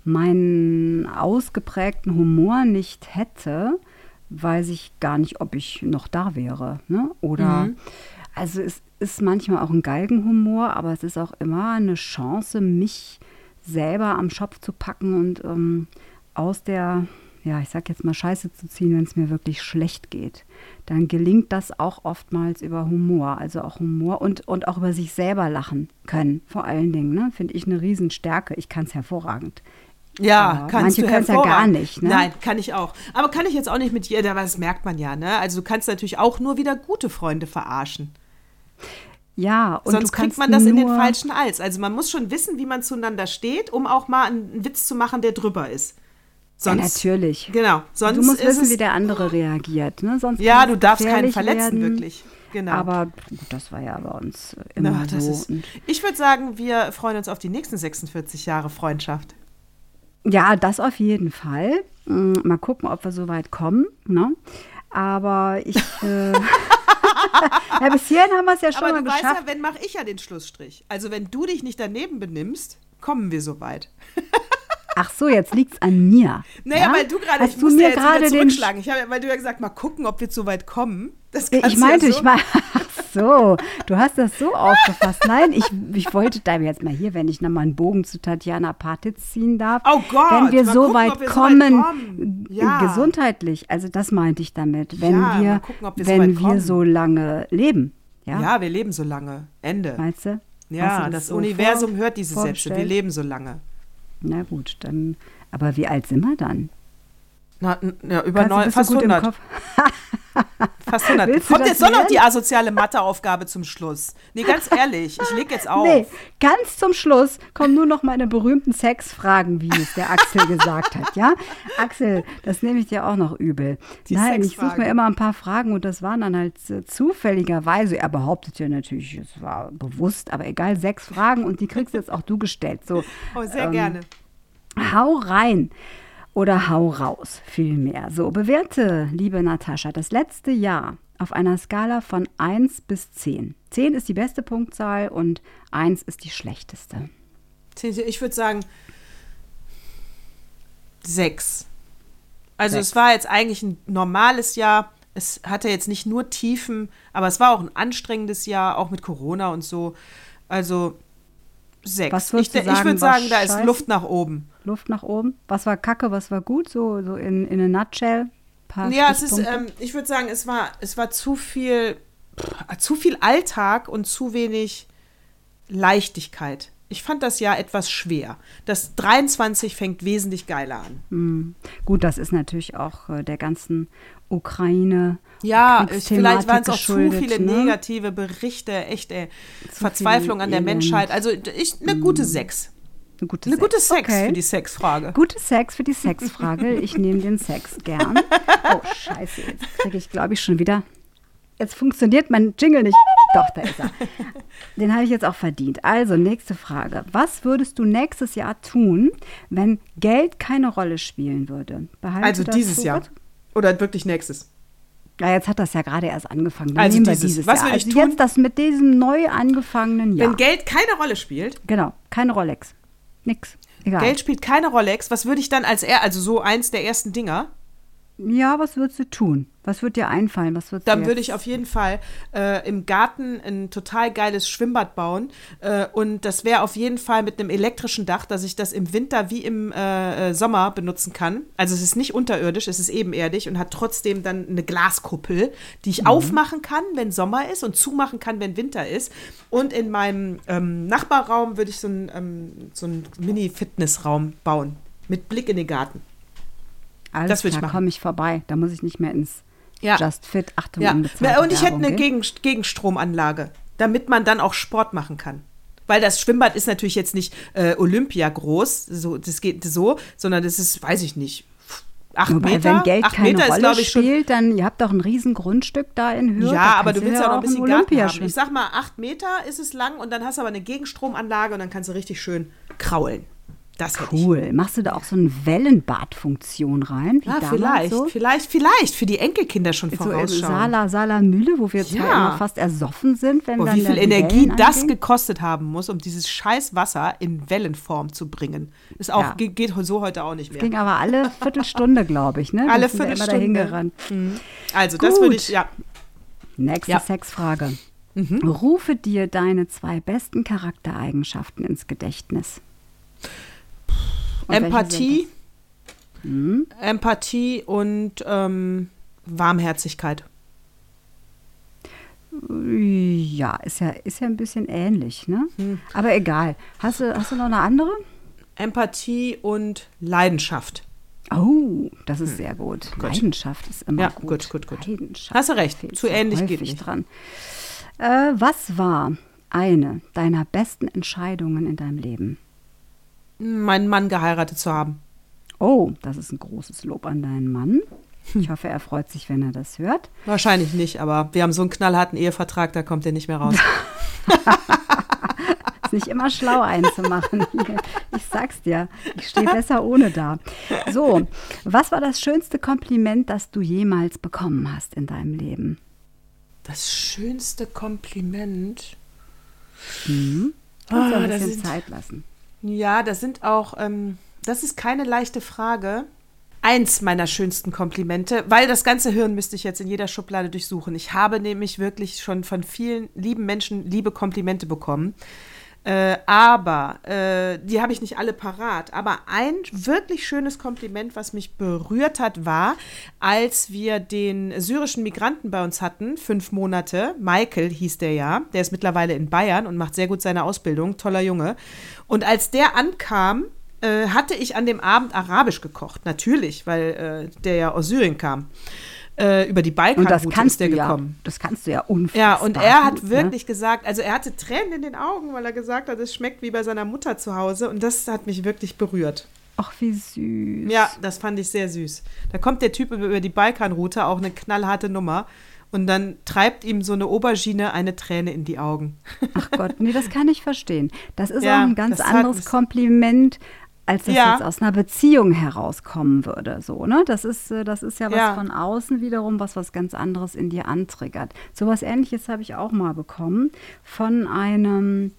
A: meinen ausgeprägten Humor nicht hätte, weiß ich gar nicht, ob ich noch da wäre. Ne? Oder
B: Mhm.
A: also es ist manchmal auch ein Galgenhumor, aber es ist auch immer eine Chance, mich selber am Schopf zu packen und ähm, aus der, ja, ich sag jetzt mal, Scheiße zu ziehen, wenn es mir wirklich schlecht geht. Dann gelingt das auch oftmals über Humor. Also auch Humor und, und auch über sich selber lachen können. Vor allen Dingen, ne, finde ich eine Riesenstärke. Ich kann es hervorragend.
B: Ja,
A: Aber
B: kannst
A: manche
B: du
A: können's ja
B: hervorragend.
A: gar nicht, ne?
B: Nein, kann ich auch. Aber kann ich jetzt auch nicht mit jeder, das merkt man ja, ne? Also du kannst natürlich auch nur wieder gute Freunde verarschen.
A: Ja, und
B: Sonst
A: du kannst
B: kriegt man das in den
A: nur-
B: falschen Hals. Also man muss schon wissen, wie man zueinander steht, um auch mal einen Witz zu machen, der drüber ist.
A: Ja,
B: Sonst,
A: natürlich.
B: Genau. Sonst
A: Du musst
B: ist
A: wissen,
B: es,
A: wie der andere reagiert. Ne? Sonst
B: Ja,
A: kann
B: du
A: es
B: darfst keinen
A: gefährlich
B: verletzen,
A: werden.
B: wirklich. Genau.
A: Aber gut, das war ja bei uns äh, immer
B: Na, das
A: so.
B: ist,
A: Und
B: ich würde sagen, wir freuen uns auf die nächsten sechsundvierzig Jahre Freundschaft.
A: ja, das auf jeden Fall. Mm, Mal gucken, ob wir so weit kommen. Ne? Aber ich. Äh, ja, bis hierhin haben wir es ja schon
B: Aber
A: mal
B: du weißt
A: geschafft.
B: ja, wenn mache ich ja den Schlussstrich. Also wenn du dich nicht daneben benimmst, kommen wir so weit.
A: Ach so, jetzt liegt es an mir.
B: Naja,
A: ja?
B: weil du gerade, ich
A: Hast du
B: musste
A: mir
B: ja jetzt
A: gerade
B: wieder
A: den.
B: zurückschlagen. Ich habe, weil du ja gesagt, mal gucken, ob wir so weit kommen. Das
A: Ja,
B: kannst
A: ich
B: du
A: meinte,
B: ja so.
A: ich meine, ach so, du hast das so aufgefasst. Nein, ich, ich wollte da jetzt mal hier, wenn ich nochmal einen Bogen zu Tatjana Patitz ziehen darf.
B: Oh Gott,
A: wenn wir, so,
B: gucken,
A: weit
B: wir
A: kommen,
B: so weit kommen, ja.
A: gesundheitlich, also das meinte ich damit, wenn
B: ja,
A: wir,
B: gucken, wir,
A: wenn
B: so,
A: wir so lange leben. Ja?
B: ja, wir leben so lange. Ende.
A: Meinst du?
B: Ja,
A: du das,
B: das
A: so
B: Universum
A: vor,
B: hört diese Sätze. Wir leben so lange.
A: Na gut, dann, aber wie alt sind wir dann?
B: Na, ja, über neun, fast
A: gut
B: hundert.
A: Im Kopf?
B: Fast hundert.
A: Willst
B: Kommt jetzt doch noch
A: lernen?
B: die asoziale Matheaufgabe zum Schluss. Nee, ganz ehrlich, ich leg jetzt auf.
A: Nee, ganz zum Schluss kommen nur noch meine berühmten Sexfragen, wie es der Axel gesagt hat, ja? Axel, das nehme ich dir auch noch übel.
B: Die
A: Nein, ich
B: Sexfragen.
A: suche mir immer ein paar Fragen und das waren dann halt äh, zufälligerweise, er behauptet ja natürlich, es war bewusst, aber egal, sechs Fragen und die kriegst jetzt auch du gestellt. So,
B: Oh, sehr
A: ähm,
B: gerne.
A: Hau rein. Oder hau raus, vielmehr. So, bewerte, liebe Natascha, das letzte Jahr auf einer Skala von eins bis zehn. zehn ist die beste Punktzahl und eins ist die schlechteste.
B: Ich würde sagen sechs. Also
A: Sechs.
B: Es war jetzt eigentlich ein normales Jahr. Es hatte jetzt nicht nur Tiefen, aber es war auch ein anstrengendes Jahr, auch mit Corona und so. Also sechs.
A: Was würdest
B: ich
A: du sagen,
B: ich würde
A: war
B: sagen, da ist
A: scheiße?
B: Luft nach oben.
A: Luft nach oben. Was war kacke, was war gut? So, so in, in a nutshell. Paar
B: Ja, es ist,
A: Stichpunkte.
B: ähm, ich würde sagen, es war, es war zu viel, pff, zu viel Alltag und zu wenig Leichtigkeit. Ich fand das Jahr etwas schwer. Das dreiundzwanzig fängt wesentlich geiler an.
A: Hm. Gut, das ist natürlich auch äh, der ganzen Ukraine.
B: Ja, ich,
A: Kriegsthematik
B: vielleicht waren es auch zu
A: geschuldet,
B: viele
A: ne?
B: negative Berichte, echt ey,
A: Zu
B: Verzweiflung
A: viel
B: an der
A: Elend.
B: Menschheit. Also ich, eine gute Sechs.
A: Eine gute
B: Eine
A: Sex.
B: gute Sex
A: Okay.
B: für die Sexfrage.
A: Gute Sex für die Sexfrage. Ich nehme den Sex gern. Oh, scheiße. Jetzt kriege ich, glaube ich, schon wieder. Jetzt funktioniert mein Jingle nicht. Doch, da ist er. Den habe ich jetzt auch verdient. Also, nächste Frage. Was würdest du nächstes Jahr tun, wenn Geld keine Rolle spielen würde? Behalten
B: Also
A: du das
B: dieses
A: so
B: Jahr.
A: gut?
B: Oder wirklich nächstes.
A: Ja, jetzt hat das ja gerade erst angefangen. Dann
B: Also
A: nehmen wir
B: dieses.
A: dieses
B: Was
A: Jahr.
B: würde ich
A: Also
B: tun?
A: jetzt das mit diesem neu angefangenen Jahr.
B: Wenn Geld keine Rolle spielt,
A: Genau, keine Rolex. Nix. Egal.
B: Geld spielt keine Rolex, was würde ich dann als er, also so eins der ersten Dinger,
A: Ja, was würdest du tun? Was wird dir einfallen? Was würdest
B: dann
A: du
B: würde
A: jetzt-
B: ich auf jeden Fall äh, im Garten ein total geiles Schwimmbad bauen. Äh, und das wäre auf jeden Fall mit einem elektrischen Dach, dass ich das im Winter wie im äh, Sommer benutzen kann. Also es ist nicht unterirdisch, es ist ebenerdig und hat trotzdem dann eine Glaskuppel, die ich aufmachen kann, wenn Sommer ist und zumachen kann, wenn Winter ist. Und in meinem ähm, Nachbarraum würde ich so einen ähm, so einen Mini-Fitnessraum bauen mit Blick in den Garten.
A: Alles
B: das würd ich
A: klar,
B: machen.
A: komme ich vorbei. Da muss ich nicht mehr ins
B: Ja.
A: Just Fit. Achtung,
B: Ja,
A: unbezahlte
B: und ich hätte
A: Werbung
B: eine
A: gehen.
B: Gegen Gegenstromanlage, damit man dann auch Sport machen kann. Weil das Schwimmbad ist natürlich jetzt nicht äh, Olympia groß, so, das geht so, sondern das ist, weiß ich nicht, acht
A: Wobei,
B: Meter.
A: wenn Geld
B: acht
A: keine
B: Meter ist,
A: Rolle
B: glaube ich, schon.
A: spielt, dann, ihr habt doch ein riesen Grundstück da in Hürth.
B: Ja,
A: da
B: aber
A: kannst
B: du willst ja auch noch ein bisschen
A: einen
B: Garten haben.
A: Olympiaschwimmen.
B: Ich sag mal, acht Meter ist es lang und dann hast du aber eine Gegenstromanlage und dann kannst du richtig schön kraulen. Das hätte ich.
A: Cool. Machst du da auch so eine Wellenbadfunktion rein? Wie
B: Ja,
A: damals
B: vielleicht,
A: so?
B: vielleicht, vielleicht für die Enkelkinder schon
A: So im
B: vorausschauen.
A: Sala, Sala Mühle, wo wir zwar
B: Ja.
A: immer fast ersoffen sind, wenn
B: Boah,
A: dann
B: wie viel
A: da die
B: Energie
A: Wellen
B: das
A: eingehen.
B: gekostet haben muss, um dieses scheiß Wasser in Wellenform zu bringen. Ist auch,
A: Ja.
B: ge- geht so heute auch nicht mehr.
A: Ging aber alle Viertelstunde, glaube ich. Ne? Wir
B: Alle
A: sind da immer
B: Viertelstunde.
A: dahin gerannt.
B: Also, das
A: Gut.
B: würde ich, ja.
A: Nächste
B: Ja.
A: Sexfrage. Rufe dir deine zwei besten Charaktereigenschaften ins Gedächtnis. Und welche
B: Empathie,
A: sind
B: Empathie und ähm, Warmherzigkeit.
A: das? Ja, ist ja, ist ja ein bisschen ähnlich, ne?
B: Hm.
A: Aber egal. Hast du, hast du noch eine andere?
B: Empathie und Leidenschaft.
A: Oh, das ist sehr gut. Leidenschaft ist immer
B: Ja,
A: gut.
B: gut, gut, gut.
A: Leidenschaft.
B: Hast du recht.
A: fehlt
B: Zu
A: so
B: ähnlich
A: häufig
B: geht nicht.
A: dran. Äh, was war eine deiner besten Entscheidungen in deinem Leben?
B: Meinen Mann geheiratet zu haben.
A: Oh, das ist ein großes Lob an deinen Mann. Ich hoffe, er freut sich, wenn er das hört.
B: Wahrscheinlich nicht, aber wir haben so einen knallharten Ehevertrag, da kommt er nicht mehr raus.
A: Ist nicht immer schlau einzumachen. Ich sag's dir, ich stehe besser ohne da. So, was war das schönste Kompliment, das du jemals bekommen hast in deinem Leben?
B: Das schönste Kompliment.
A: Kannst du
B: Ah,
A: ein
B: das
A: bisschen
B: sind-
A: Zeit lassen.
B: Ja, das sind auch, ähm, das ist keine leichte Frage. eins meiner schönsten Komplimente, weil das ganze Hirn müsste ich jetzt in jeder Schublade durchsuchen. Ich habe nämlich wirklich schon von vielen lieben Menschen liebe Komplimente bekommen. Äh, aber, äh, die habe ich nicht alle parat. Aber ein wirklich schönes Kompliment, was mich berührt hat, war, als wir den syrischen Migranten bei uns hatten, fünf Monate, Michael hieß der ja, der ist mittlerweile in Bayern und macht sehr gut seine Ausbildung, toller Junge. Und als der ankam, äh, hatte ich an dem Abend Arabisch gekocht, natürlich, weil äh, der ja aus Syrien kam. Über die Balkanroute ist der gekommen.
A: Ja, das kannst du ja unfassbar.
B: Ja, und er hat
A: gut,
B: wirklich
A: ne?
B: gesagt, also er hatte Tränen in den Augen, weil er gesagt hat, es schmeckt wie bei seiner Mutter zu Hause. Und das hat mich wirklich berührt.
A: Ach, wie süß.
B: Ja, das fand ich sehr süß. Da kommt der Typ über die Balkanroute, auch eine knallharte Nummer. Und dann treibt ihm so eine Aubergine eine Träne in die Augen.
A: Ach Gott, nee, das kann ich verstehen. Das ist
B: ja,
A: auch ein ganz anderes Kompliment, als das
B: ja.
A: jetzt aus einer Beziehung herauskommen würde. So, ne? Das ist, das ist ja was
B: ja.
A: von außen wiederum, was was ganz anderes in dir antriggert. So was Ähnliches habe ich auch mal bekommen von einem,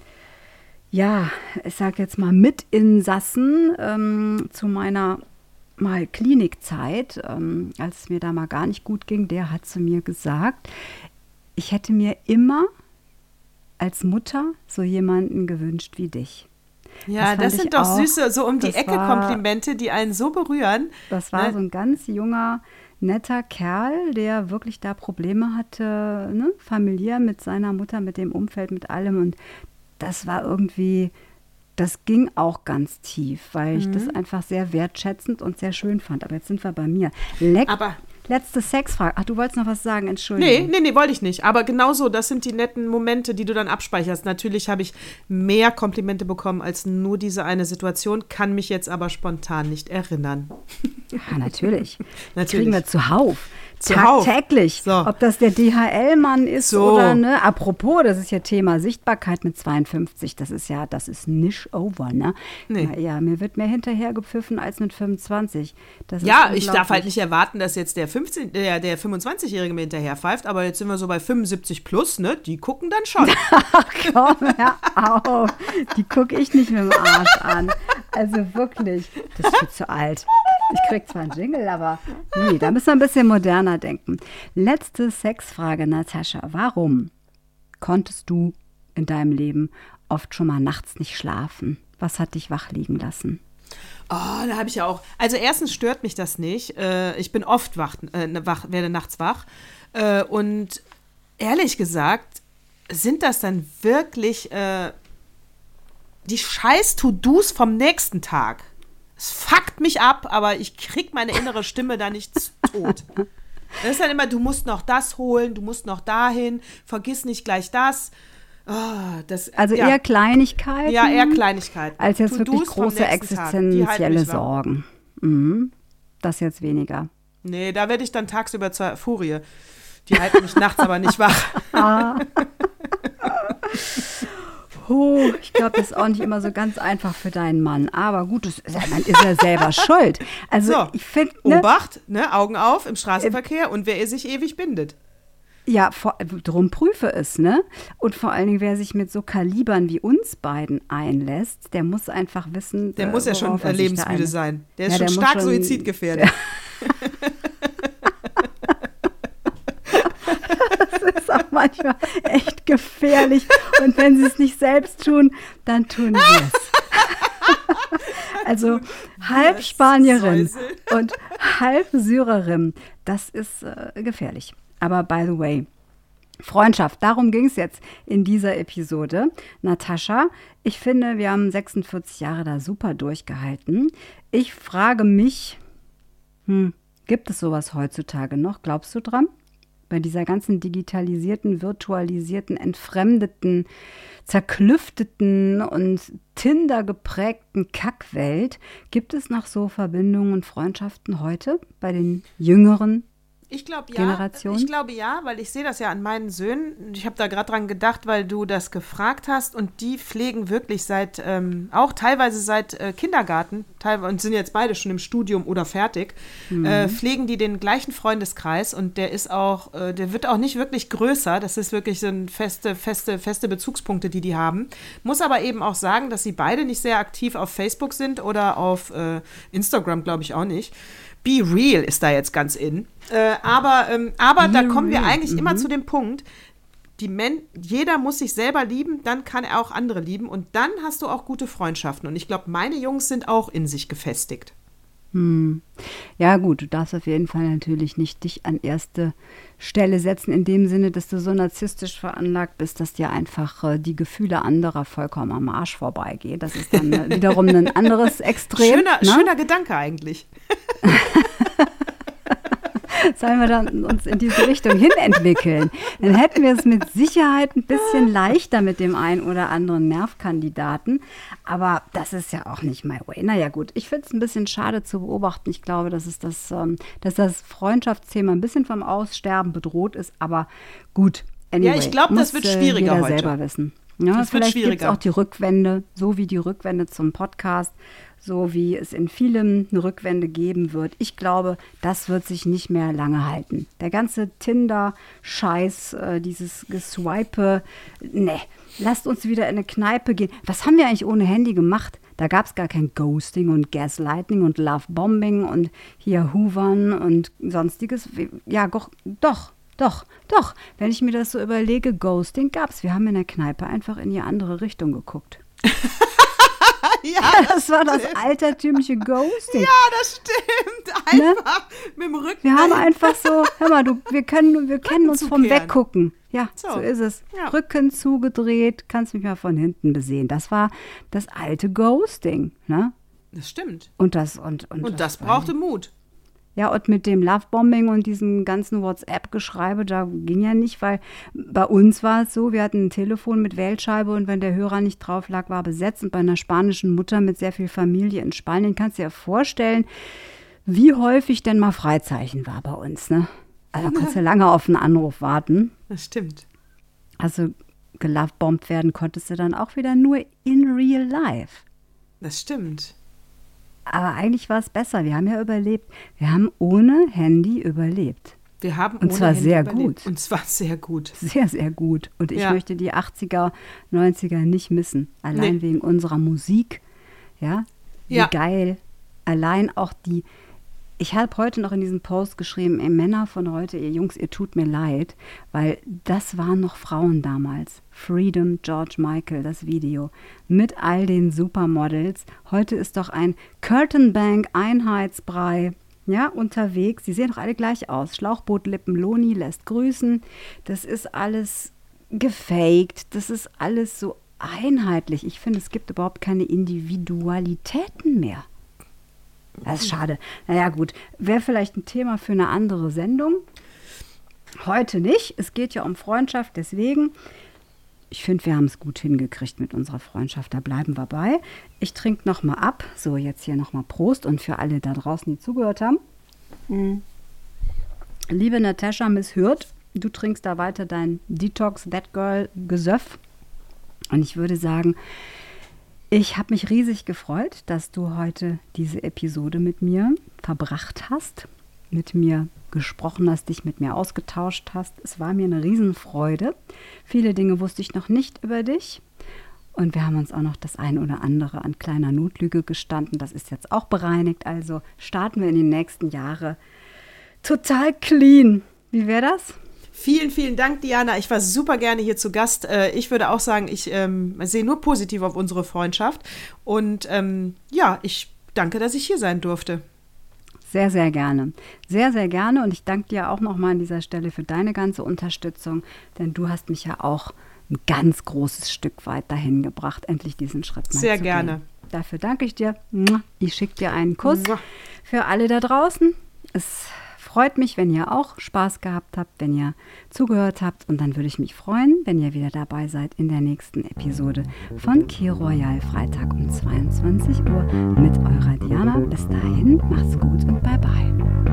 A: ja, ich sage jetzt mal Mitinsassen ähm, zu meiner mal Klinikzeit, ähm, als es mir da mal gar nicht gut ging. Der hat zu mir gesagt, ich hätte mir immer als Mutter so jemanden gewünscht wie dich.
B: Ja, das, das sind doch auch süße, so um die Ecke war, Komplimente, die einen so berühren.
A: Das war ne? so ein ganz junger, netter Kerl, der wirklich da Probleme hatte, ne? familiär mit seiner Mutter, mit dem Umfeld, mit allem. Und das war irgendwie, das ging auch ganz tief, weil ich mhm. das einfach sehr wertschätzend und sehr schön fand. Aber jetzt sind wir bei mir. Leck
B: Aber
A: Letzte Sexfrage. Ach, du wolltest noch was sagen, Entschuldigung.
B: Nee, nee, nee, wollte ich nicht. Aber genau so, das sind die netten Momente, die du dann abspeicherst. Natürlich habe ich mehr Komplimente bekommen als nur diese eine Situation, kann mich jetzt aber spontan nicht erinnern.
A: Ja, natürlich.
B: natürlich.
A: Kriegen wir zuhauf.
B: Zuhauf.
A: Tagtäglich.
B: So.
A: Ob das der D H L-Mann ist
B: so.
A: oder, ne? Apropos, das ist ja Thema Sichtbarkeit mit zweiundfünfzig. Das ist ja, das ist nicht over, ne?
B: Nee.
A: Na, ja, mir wird mehr hinterher gepfiffen als mit fünfundzwanzig. Das
B: ja, ich darf halt nicht erwarten, dass jetzt der, fünfzehn, der, der fünfundzwanzigjährige mir hinterher pfeift, aber jetzt sind wir so bei fünfundsiebzig plus, ne? Die gucken dann schon.
A: Ach komm, hör auf. Die gucke ich nicht mit dem Arsch an. Also wirklich, das ist viel zu alt. Ich krieg zwar einen Jingle, aber nee, da müssen wir ein bisschen moderner denken. Letzte Sexfrage, Natascha. Warum konntest du in deinem Leben oft schon mal nachts nicht schlafen? Was hat dich wach liegen lassen?
B: Oh, da habe ich ja auch. Also erstens stört mich das nicht. Äh, ich bin oft wach, äh, wach, werde nachts wach. Äh, und ehrlich gesagt, sind das dann wirklich äh, die scheiß To-Dos vom nächsten Tag? Es fuckt mich ab, aber ich krieg meine innere Stimme da nicht tot. Das ist dann immer, du musst noch das holen, du musst noch dahin, vergiss nicht gleich das. Oh, das
A: also
B: ja.
A: eher Kleinigkeiten?
B: Ja, eher Kleinigkeiten.
A: Als jetzt
B: To-dos
A: wirklich große existenzielle Sorgen. Mhm. Das jetzt weniger.
B: Nee, da werde ich dann tagsüber zur Furie. Die halten mich nachts aber nicht wach.
A: Ah. Oh, ich glaube, das ist auch nicht immer so ganz einfach für deinen Mann. Aber gut, das ist, man ist ja selber schuld. Also
B: so,
A: ich finde, ne,
B: Obacht, ne, Augen auf im Straßenverkehr äh, und wer sich ewig bindet.
A: Ja, vor, drum prüfe es, ne? Und vor allen Dingen, wer sich mit so Kalibern wie uns beiden einlässt, der muss einfach wissen,
B: Der äh, muss ja schon äh, lebensmüde sein. Der ist ja, schon
A: der
B: stark
A: schon,
B: suizidgefährdet.
A: Das ist auch manchmal echt gefährlich. Und wenn sie es nicht selbst tun, dann tun wir es. Also halb Spanierin und halb Syrerin, das ist äh, gefährlich. Aber by the way, Freundschaft, darum ging es jetzt in dieser Episode. Natascha, ich finde, wir haben sechsundvierzig Jahre da super durchgehalten. Ich frage mich, hm, gibt es sowas heutzutage noch? Glaubst du dran? Bei dieser ganzen digitalisierten, virtualisierten, entfremdeten, zerklüfteten und Tinder geprägten Kackwelt, gibt es noch so Verbindungen und Freundschaften heute bei den jüngeren
B: Ich glaube ja,
A: Generation?
B: ich glaube ja, weil ich sehe das ja an meinen Söhnen. Ich habe da gerade dran gedacht, weil du das gefragt hast und die pflegen wirklich seit, ähm, auch teilweise seit äh, Kindergarten, teilweise und sind jetzt beide schon im Studium oder fertig, mhm. äh, pflegen die den gleichen Freundeskreis und der ist auch, äh, der wird auch nicht wirklich größer. Das ist wirklich so ein feste, feste, feste Bezugspunkte, die die haben. Muss aber eben auch sagen, dass sie beide nicht sehr aktiv auf Facebook sind oder auf äh, Instagram, glaube ich auch nicht. Be Real ist da jetzt ganz in. Äh, aber ähm, aber da kommen wir eigentlich mhm. immer zu dem Punkt, die Men- jeder muss sich selber lieben, dann kann er auch andere lieben und dann hast du auch gute Freundschaften. Und ich glaube, meine Jungs sind auch in sich gefestigt.
A: Hm. Ja gut, du darfst auf jeden Fall natürlich nicht dich an erste Stelle setzen, in dem Sinne, dass du so narzisstisch veranlagt bist, dass dir einfach äh, die Gefühle anderer vollkommen am Arsch vorbeigehen. Das ist dann äh, wiederum ein anderes Extrem.
B: Schöner,
A: ne?
B: schöner Gedanke eigentlich.
A: Sollen wir dann uns in diese Richtung hin entwickeln? Dann hätten wir es mit Sicherheit ein bisschen leichter mit dem einen oder anderen Nervkandidaten. Aber das ist ja auch nicht my way. Naja gut, ich finde es ein bisschen schade zu beobachten. Ich glaube, dass, es das, ähm, dass das Freundschaftsthema ein bisschen vom Aussterben bedroht ist. Aber gut, anyway,
B: ja, ich glaube, das wird schwieriger
A: äh, jeder
B: heute.
A: selber wissen. Ja, vielleicht gibt es auch die Rückwände, so wie die Rückwände zum Podcast, so wie es in vielem eine Rückwende geben wird. Ich glaube, das wird sich nicht mehr lange halten. Der ganze Tinder-Scheiß, äh, dieses Geswipe, ne, lasst uns wieder in eine Kneipe gehen. Was haben wir eigentlich ohne Handy gemacht? Da gab es gar kein Ghosting und Gaslighting und Lovebombing und hier Hoovern und sonstiges. Ja, doch, doch. Doch, doch, wenn ich mir das so überlege, Ghosting gab's. Wir haben in der Kneipe einfach in die andere Richtung geguckt.
B: Ja, das,
A: das war das altertümliche Ghosting.
B: Ja, das stimmt. Einfach ne? mit dem Rücken.
A: Wir haben einfach so, hör mal, du, wir können, wir kennen uns vom
B: zukehren.
A: Weggucken. Ja, so, so ist es.
B: Ja.
A: Rücken zugedreht, kannst mich mal von hinten besehen. Das war das alte Ghosting, ne?
B: Das stimmt.
A: Und das, und, und,
B: und das brauchte Mut.
A: Ja, und mit dem Lovebombing und diesem ganzen WhatsApp-Geschreibe, da ging ja nicht, weil bei uns war es so, wir hatten ein Telefon mit Wählscheibe und wenn der Hörer nicht drauf lag, war besetzt. Und bei einer spanischen Mutter mit sehr viel Familie in Spanien, kannst du dir ja vorstellen, wie häufig denn mal Freizeichen war bei uns, ne? Also da konntest du lange auf einen Anruf warten.
B: Das stimmt.
A: Also gelovebombt werden konntest du dann auch wieder nur in real life.
B: Das stimmt.
A: Aber eigentlich war es besser. Wir haben ja überlebt. Wir haben ohne Handy überlebt.
B: Wir haben
A: Und
B: ohne
A: zwar
B: Handy
A: sehr
B: überlebt.
A: gut.
B: Und zwar sehr gut.
A: Sehr, sehr gut. Und ich
B: ja.
A: möchte die achtziger, neunziger nicht missen. Allein nee. wegen unserer Musik. Ja, wie
B: ja.
A: geil. Allein auch die, ich habe heute noch in diesem Post geschrieben, ey Männer von heute, ihr Jungs, ihr tut mir leid, weil das waren noch Frauen damals. Freedom, George Michael, das Video, mit all den Supermodels. Heute ist doch ein Curtain-Bank Einheitsbrei, ja, unterwegs. Sie sehen doch alle gleich aus. Schlauchbootlippen, Loni lässt grüßen. Das ist alles gefaked. Das ist alles so einheitlich. Ich finde, es gibt überhaupt keine Individualitäten mehr. Das ist schade. Naja, gut. Wäre vielleicht ein Thema für eine andere Sendung. Heute nicht. Es geht ja um Freundschaft, deswegen. Ich finde, wir haben es gut hingekriegt mit unserer Freundschaft. Da bleiben wir bei. Ich trinke noch mal ab. So, jetzt hier noch mal Prost. Und für alle da draußen, die zugehört haben. Mhm. Liebe Natascha Miss Hürth, du trinkst da weiter dein Detox That Girl Gesöff. Und ich würde sagen, ich habe mich riesig gefreut, dass du heute diese Episode mit mir verbracht hast, mit mir gesprochen hast, dich mit mir ausgetauscht hast. Es war mir eine Riesenfreude. Viele Dinge wusste ich noch nicht über dich. Und wir haben uns auch noch das ein oder andere an kleiner Notlüge gestanden. Das ist jetzt auch bereinigt. Also starten wir in die nächsten Jahre total clean. Wie wäre das?
B: Vielen, vielen Dank, Diana. Ich war super gerne hier zu Gast. Ich würde auch sagen, ich ähm, sehe nur positiv auf unsere Freundschaft. Und ähm, ja, ich danke, dass ich hier sein durfte.
A: Sehr, sehr gerne. Sehr, sehr gerne. Und ich danke dir auch nochmal an dieser Stelle für deine ganze Unterstützung. Denn du hast mich ja auch ein ganz großes Stück weit dahin gebracht, endlich diesen Schritt mal
B: sehr
A: zu
B: gerne.
A: gehen. Dafür danke ich dir. Ich schicke dir einen Kuss. Für alle da draußen. Es freut mich, wenn ihr auch Spaß gehabt habt, wenn ihr zugehört habt. Und dann würde ich mich freuen, wenn ihr wieder dabei seid in der nächsten Episode von Kir Royal, Freitag um zweiundzwanzig Uhr mit eurer Diana. Bis dahin, macht's gut und bye bye.